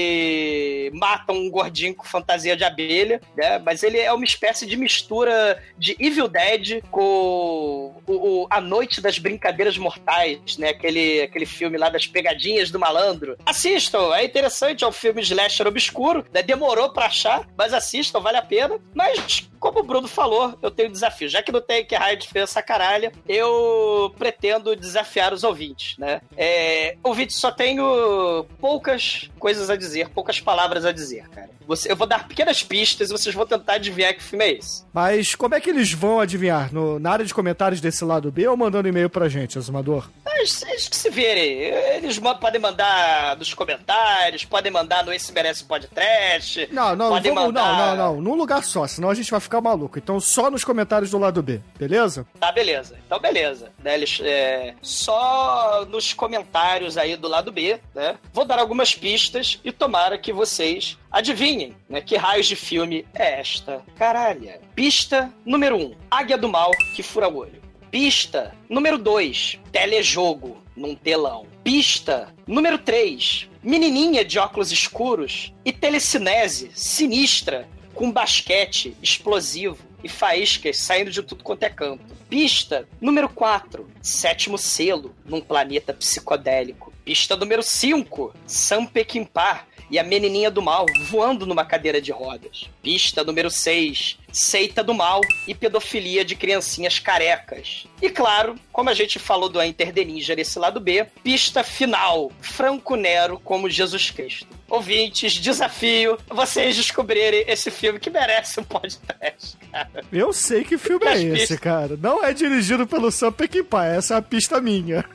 S2: e mata um gordinho com fantasia de abelha, né? Mas ele é uma espécie de mistura de Evil Dead com o, o, A Noite das Brincadeiras Mortais, né? Aquele, aquele filme lá das pegadinhas do malandro. Assistam, é interessante, é um filme slasher obscuro, né? Demorou pra achar, mas assistam, vale a pena. Mas, como o Bruno falou, eu tenho um desafio. Já que não tem que raio de fez essa caralha, eu pretendo desafiar os ouvintes, né? É, ouvintes, só tenho poucas coisas a dizer, poucas palavras a dizer, cara. Você, eu vou dar pequenas pistas e vocês vão tentar adivinhar que filme é esse.
S5: Mas como é que eles vão adivinhar? No, na área de comentários desse lado B ou mandando e-mail pra gente, Azumador?
S2: Eles, eles que se verem. Eles podem mandar nos comentários, podem mandar no Esse Merece Podcast.
S5: Não, não,
S2: podem
S5: vamos,
S2: mandar...
S5: não, não, não. Num lugar só, senão a gente vai ficar maluco. Então só nos comentários do lado B, beleza?
S2: Tá, beleza. Então, beleza. Né, eles, é, só nos comentários aí do lado B, né? Vou dar algumas pistas e tomara que vocês adivinhem, né? Que raios de filme é esta caralha? Pista número um. Águia do Mal que fura o olho. Pista número dois. Telejogo num telão. Pista número três. Menininha de óculos escuros e telecinese sinistra com basquete explosivo e faíscas saindo de tudo quanto é canto. Pista número quatro. Sétimo selo num planeta psicodélico. Pista número cinco. Sam Peckinpah e a menininha do mal voando numa cadeira de rodas. Pista número seis. Seita do mal e pedofilia de criancinhas carecas. E claro, como a gente falou do Enter the Ninja nesse lado B, pista final, Franco Nero como Jesus Cristo. Ouvintes, desafio vocês descobrirem esse filme que merece um podcast, cara.
S5: Eu sei que filme é esse, cara. Não é dirigido pelo Sam Peckinpah, essa é a pista minha.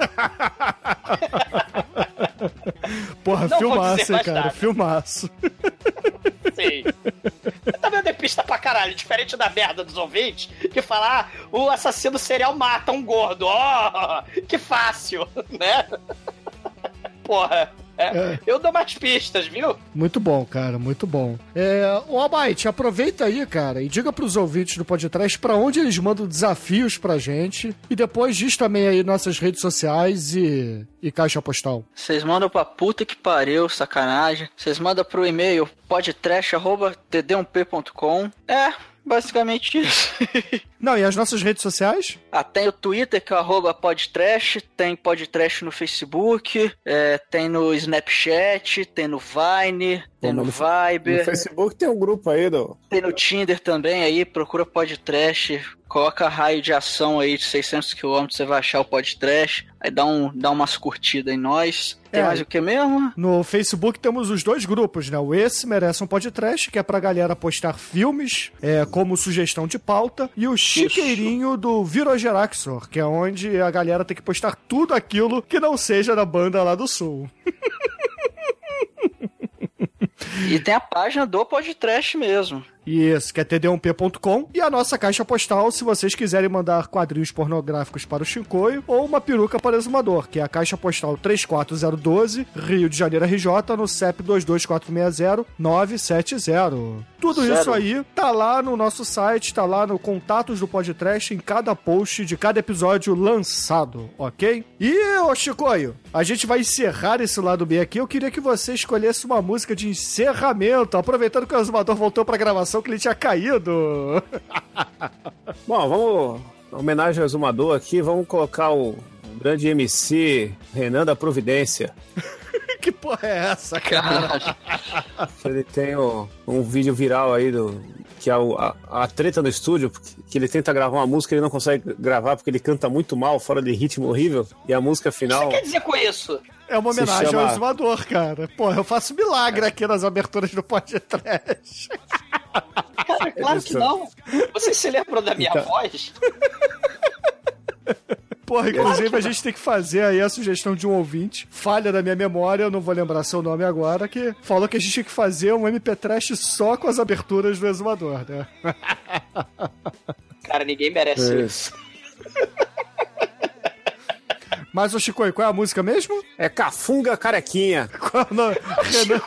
S5: Porra,
S2: Não
S5: filmaço, hein, cara,
S2: nada.
S5: Filmaço.
S2: Sim. Eu também dei pista pra caralho, diferente da merda dos ouvintes, que falar ah, o assassino serial mata um gordo. Ó, oh, que fácil, né? Porra. É, é. Eu dou mais pistas, viu?
S5: Muito bom, cara, muito bom. É, o Almighty, aproveita aí, cara, e diga pros ouvintes do podcast pra onde eles mandam desafios pra gente. E depois diz também aí nossas redes sociais e, e caixa postal.
S3: Vocês mandam pra puta que pariu, sacanagem. Vocês mandam pro e-mail podcast arroba t d um p ponto com. É... basicamente isso.
S5: Não, e as nossas redes sociais?
S3: Ah, tem o Twitter, que é o arroba podtrash, tem podtrash no Facebook, é, tem no Snapchat, tem no Vine, tem no, no Viber.
S4: No Facebook tem um grupo aí do...
S3: Tem no Tinder também, aí procura podtrash, coloca raio de ação aí de seiscentos quilômetros, você vai achar o podtrash, aí dá, um, dá umas curtidas em nós. Tem é, mais o que mesmo?
S5: No Facebook temos os dois grupos, né? O Esse Merece um Podcast, que é pra galera postar filmes é, como sugestão de pauta, e o Chiqueirinho do Virogeraxor, que é onde a galera tem que postar tudo aquilo que não seja da banda lá do Sul.
S3: E tem a página do Podtrash mesmo.
S5: Isso, que é t d um p ponto com. E a nossa caixa postal, se vocês quiserem mandar quadrinhos pornográficos para o Chincoio, ou uma peruca para o Exumador, que é a caixa postal três quatro zero um dois, Rio de Janeiro, R J, no C E P dois dois quatro seis zero nove sete zero. Tudo Zero. Isso aí tá lá no nosso site, tá lá no Contatos do Podtrash, em cada post de cada episódio lançado, ok? E, ô Chicoio, a gente vai encerrar esse lado B aqui. Eu queria que você escolhesse uma música de encerramento, aproveitando que o Exumador voltou pra gravação, que ele tinha caído.
S4: Bom, vamos, em homenagem ao Exumador aqui, vamos colocar o grande M C Renan da Providência.
S5: Que porra é essa, cara?
S4: Ele tem um, um vídeo viral aí do, que é o, a, a treta no estúdio, que ele tenta gravar uma música e ele não consegue gravar porque ele canta muito mal, fora de ritmo horrível, e a música final...
S2: O que você quer dizer com isso?
S5: É uma homenagem
S4: chama...
S5: ao Exumador, cara. Porra, eu faço milagre aqui nas aberturas do Podtrash.
S2: Cara, claro que não. Vocês se lembram da minha então... voz?
S5: Porra, inclusive a gente tem que fazer aí a sugestão de um ouvinte, falha da minha memória, eu não vou lembrar seu nome agora, que falou que a gente tinha que fazer um M P Trash só com as aberturas do Exumador, né?
S2: Cara, ninguém merece é. isso.
S5: Mas, ô Chico, qual é a música mesmo?
S4: É Cafunga Carequinha.
S5: Qual é o nome? Renan...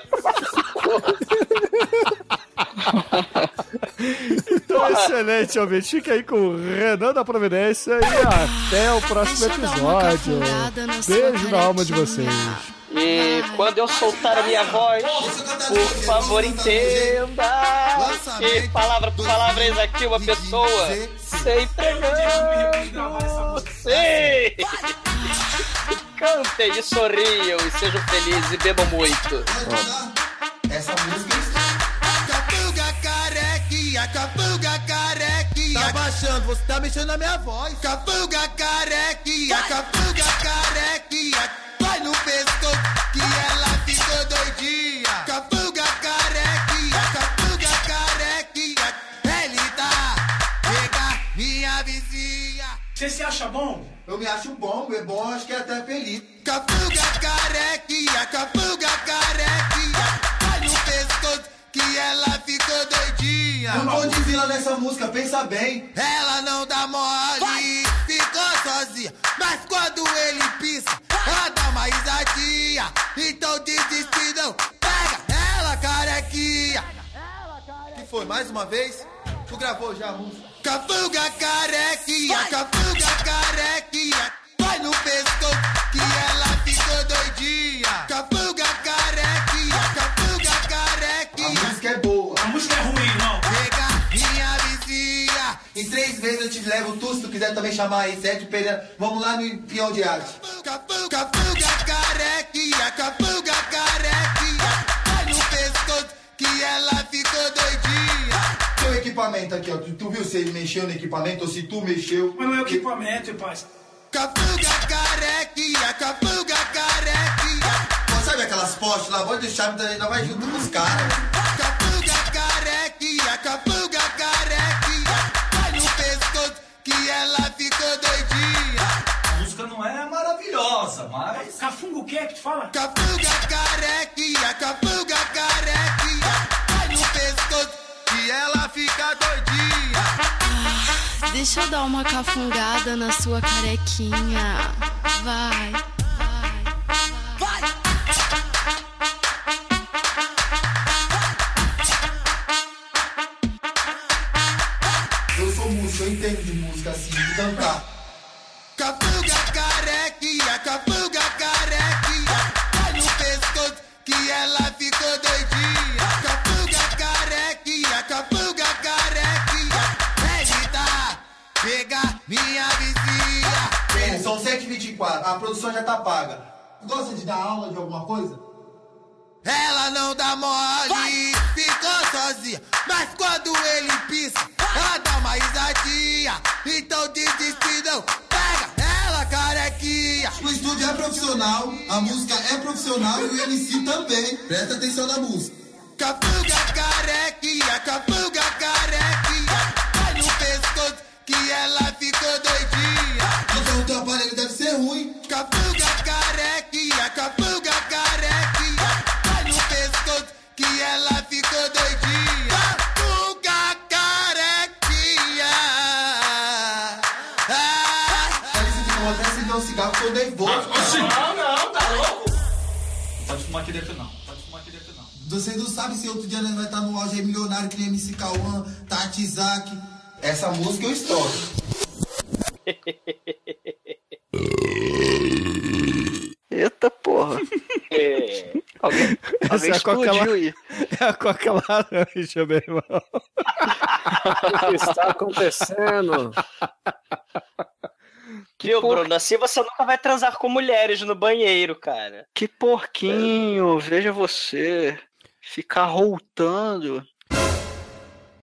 S5: Então, excelente, ouvinte. Fique aí com o Renan da Providência e até o próximo episódio. Beijo na alma de vocês.
S2: E quando eu soltar a minha voz, por favor entenda que palavra por palavra eis aqui uma pessoa sempre pregando. Sim! Cantem e sorriam e sejam felizes e bebam muito.
S11: Essa música Cafunga carequinha, cafunga carequinha. Tá baixando, você tá mexendo na minha voz. Cafunga carequinha, cafunga carequinha. Vai no pescoço que ela ficou doidinha. Cafunga carequinha, cafunga carequinha. Ele tá, pega minha vizinha.
S6: Você se acha bom?
S11: Eu me acho bom, é bom, acho que é até feliz. Cafunga carequinha, cafunga carequinha. Vai no pescoço que ela ficou doidinha. Não pode vila nessa música, pensa bem. Ela não dá mole, ficou sozinha. Mas quando ele pisa, ela dá uma risadinha. Então desiste não, pega ela carequinha. Que foi, mais uma vez? Tu gravou já a música? Cafunga carequinha, cafunga carequinha. Vai no pescoço que ela ficou doidinha. Cafunga carequinha, cafunga carequinha. A música é boa.
S6: A música é ruim, não.
S11: Pega minha vizinha. Em três vezes eu te levo tu, se tu quiser também chamar aí, Sérgio Pereira. Vamos lá no Peão de Arte. Cafunga, cafunga carequinha, cafunga carequinha. Vai no pescoço que ela ficou doidinha. Seu equipamento aqui, ó. Tu, tu viu se ele mexeu no equipamento ou se tu mexeu?
S6: Mas não é o equipamento, pai.
S11: Cafunga carequinha, cafunga carequinha. Pô, sabe aquelas postes lá? Pode deixar, ainda vai junto com os caras. Cafunga carequinha, cafunga carequinha. Vai no pescoço que ela ficou doidinha.
S6: A música não é maravilhosa, mas... Cafunga o que é que tu fala?
S11: Cafunga carequinha, cafunga carequinha. Vai no pescoço que ela fica doidinha.
S12: Ah, deixa eu dar uma cafungada na sua carequinha. Vai, vai, vai.
S11: Eu sou músico, eu entendo de música assim, de cantar. Cafunga carequinha, cafunga carequinha. Vai no pescoço que ela ficou doidinha. Cafunga carequinha, cafunga carequinha. Ele tá, pega minha vizinha. Bem, são sete e vinte e quatro, a produção já tá paga. Gosta de dar aula de alguma coisa? Ela não dá mole, ficou sozinha. Mas quando ele pisa, ela dá uma risadinha. Então desiste não, pega ela carequinha. O estúdio é profissional, a música é profissional e o M C também. Presta atenção na música. Cafunga carequinha, cafunga carequinha. Vai no pescoço que ela ficou doidinha. Então o teu aparelho deve ser ruim. Cafunga carequinha, cafunga carequinha. Vai no pescoço que ela ficou doidinha. Cafunga carequinha. Ah. Aí você ficou até acender um cigarro que eu dei voto.
S6: Não, não, tá louco? Não pode fumar aqui dentro não. Pode fumar aqui dentro não.
S11: Vocês não sabem se outro dia nós vai estar no auge aí milionário que nem M C Cauã, Tati Isaac. Essa música eu estouro.
S3: Eita porra.
S2: É.
S3: Alguém, alguém
S5: Essa é a
S3: explodiu
S5: Coca
S3: aí.
S5: É a Coca laranja, meu irmão.
S4: O que está acontecendo?
S2: Viu,
S3: por-
S2: Bruno? Assim você nunca vai transar com mulheres no banheiro, cara.
S3: Que porquinho, veja você. Ficar roltando.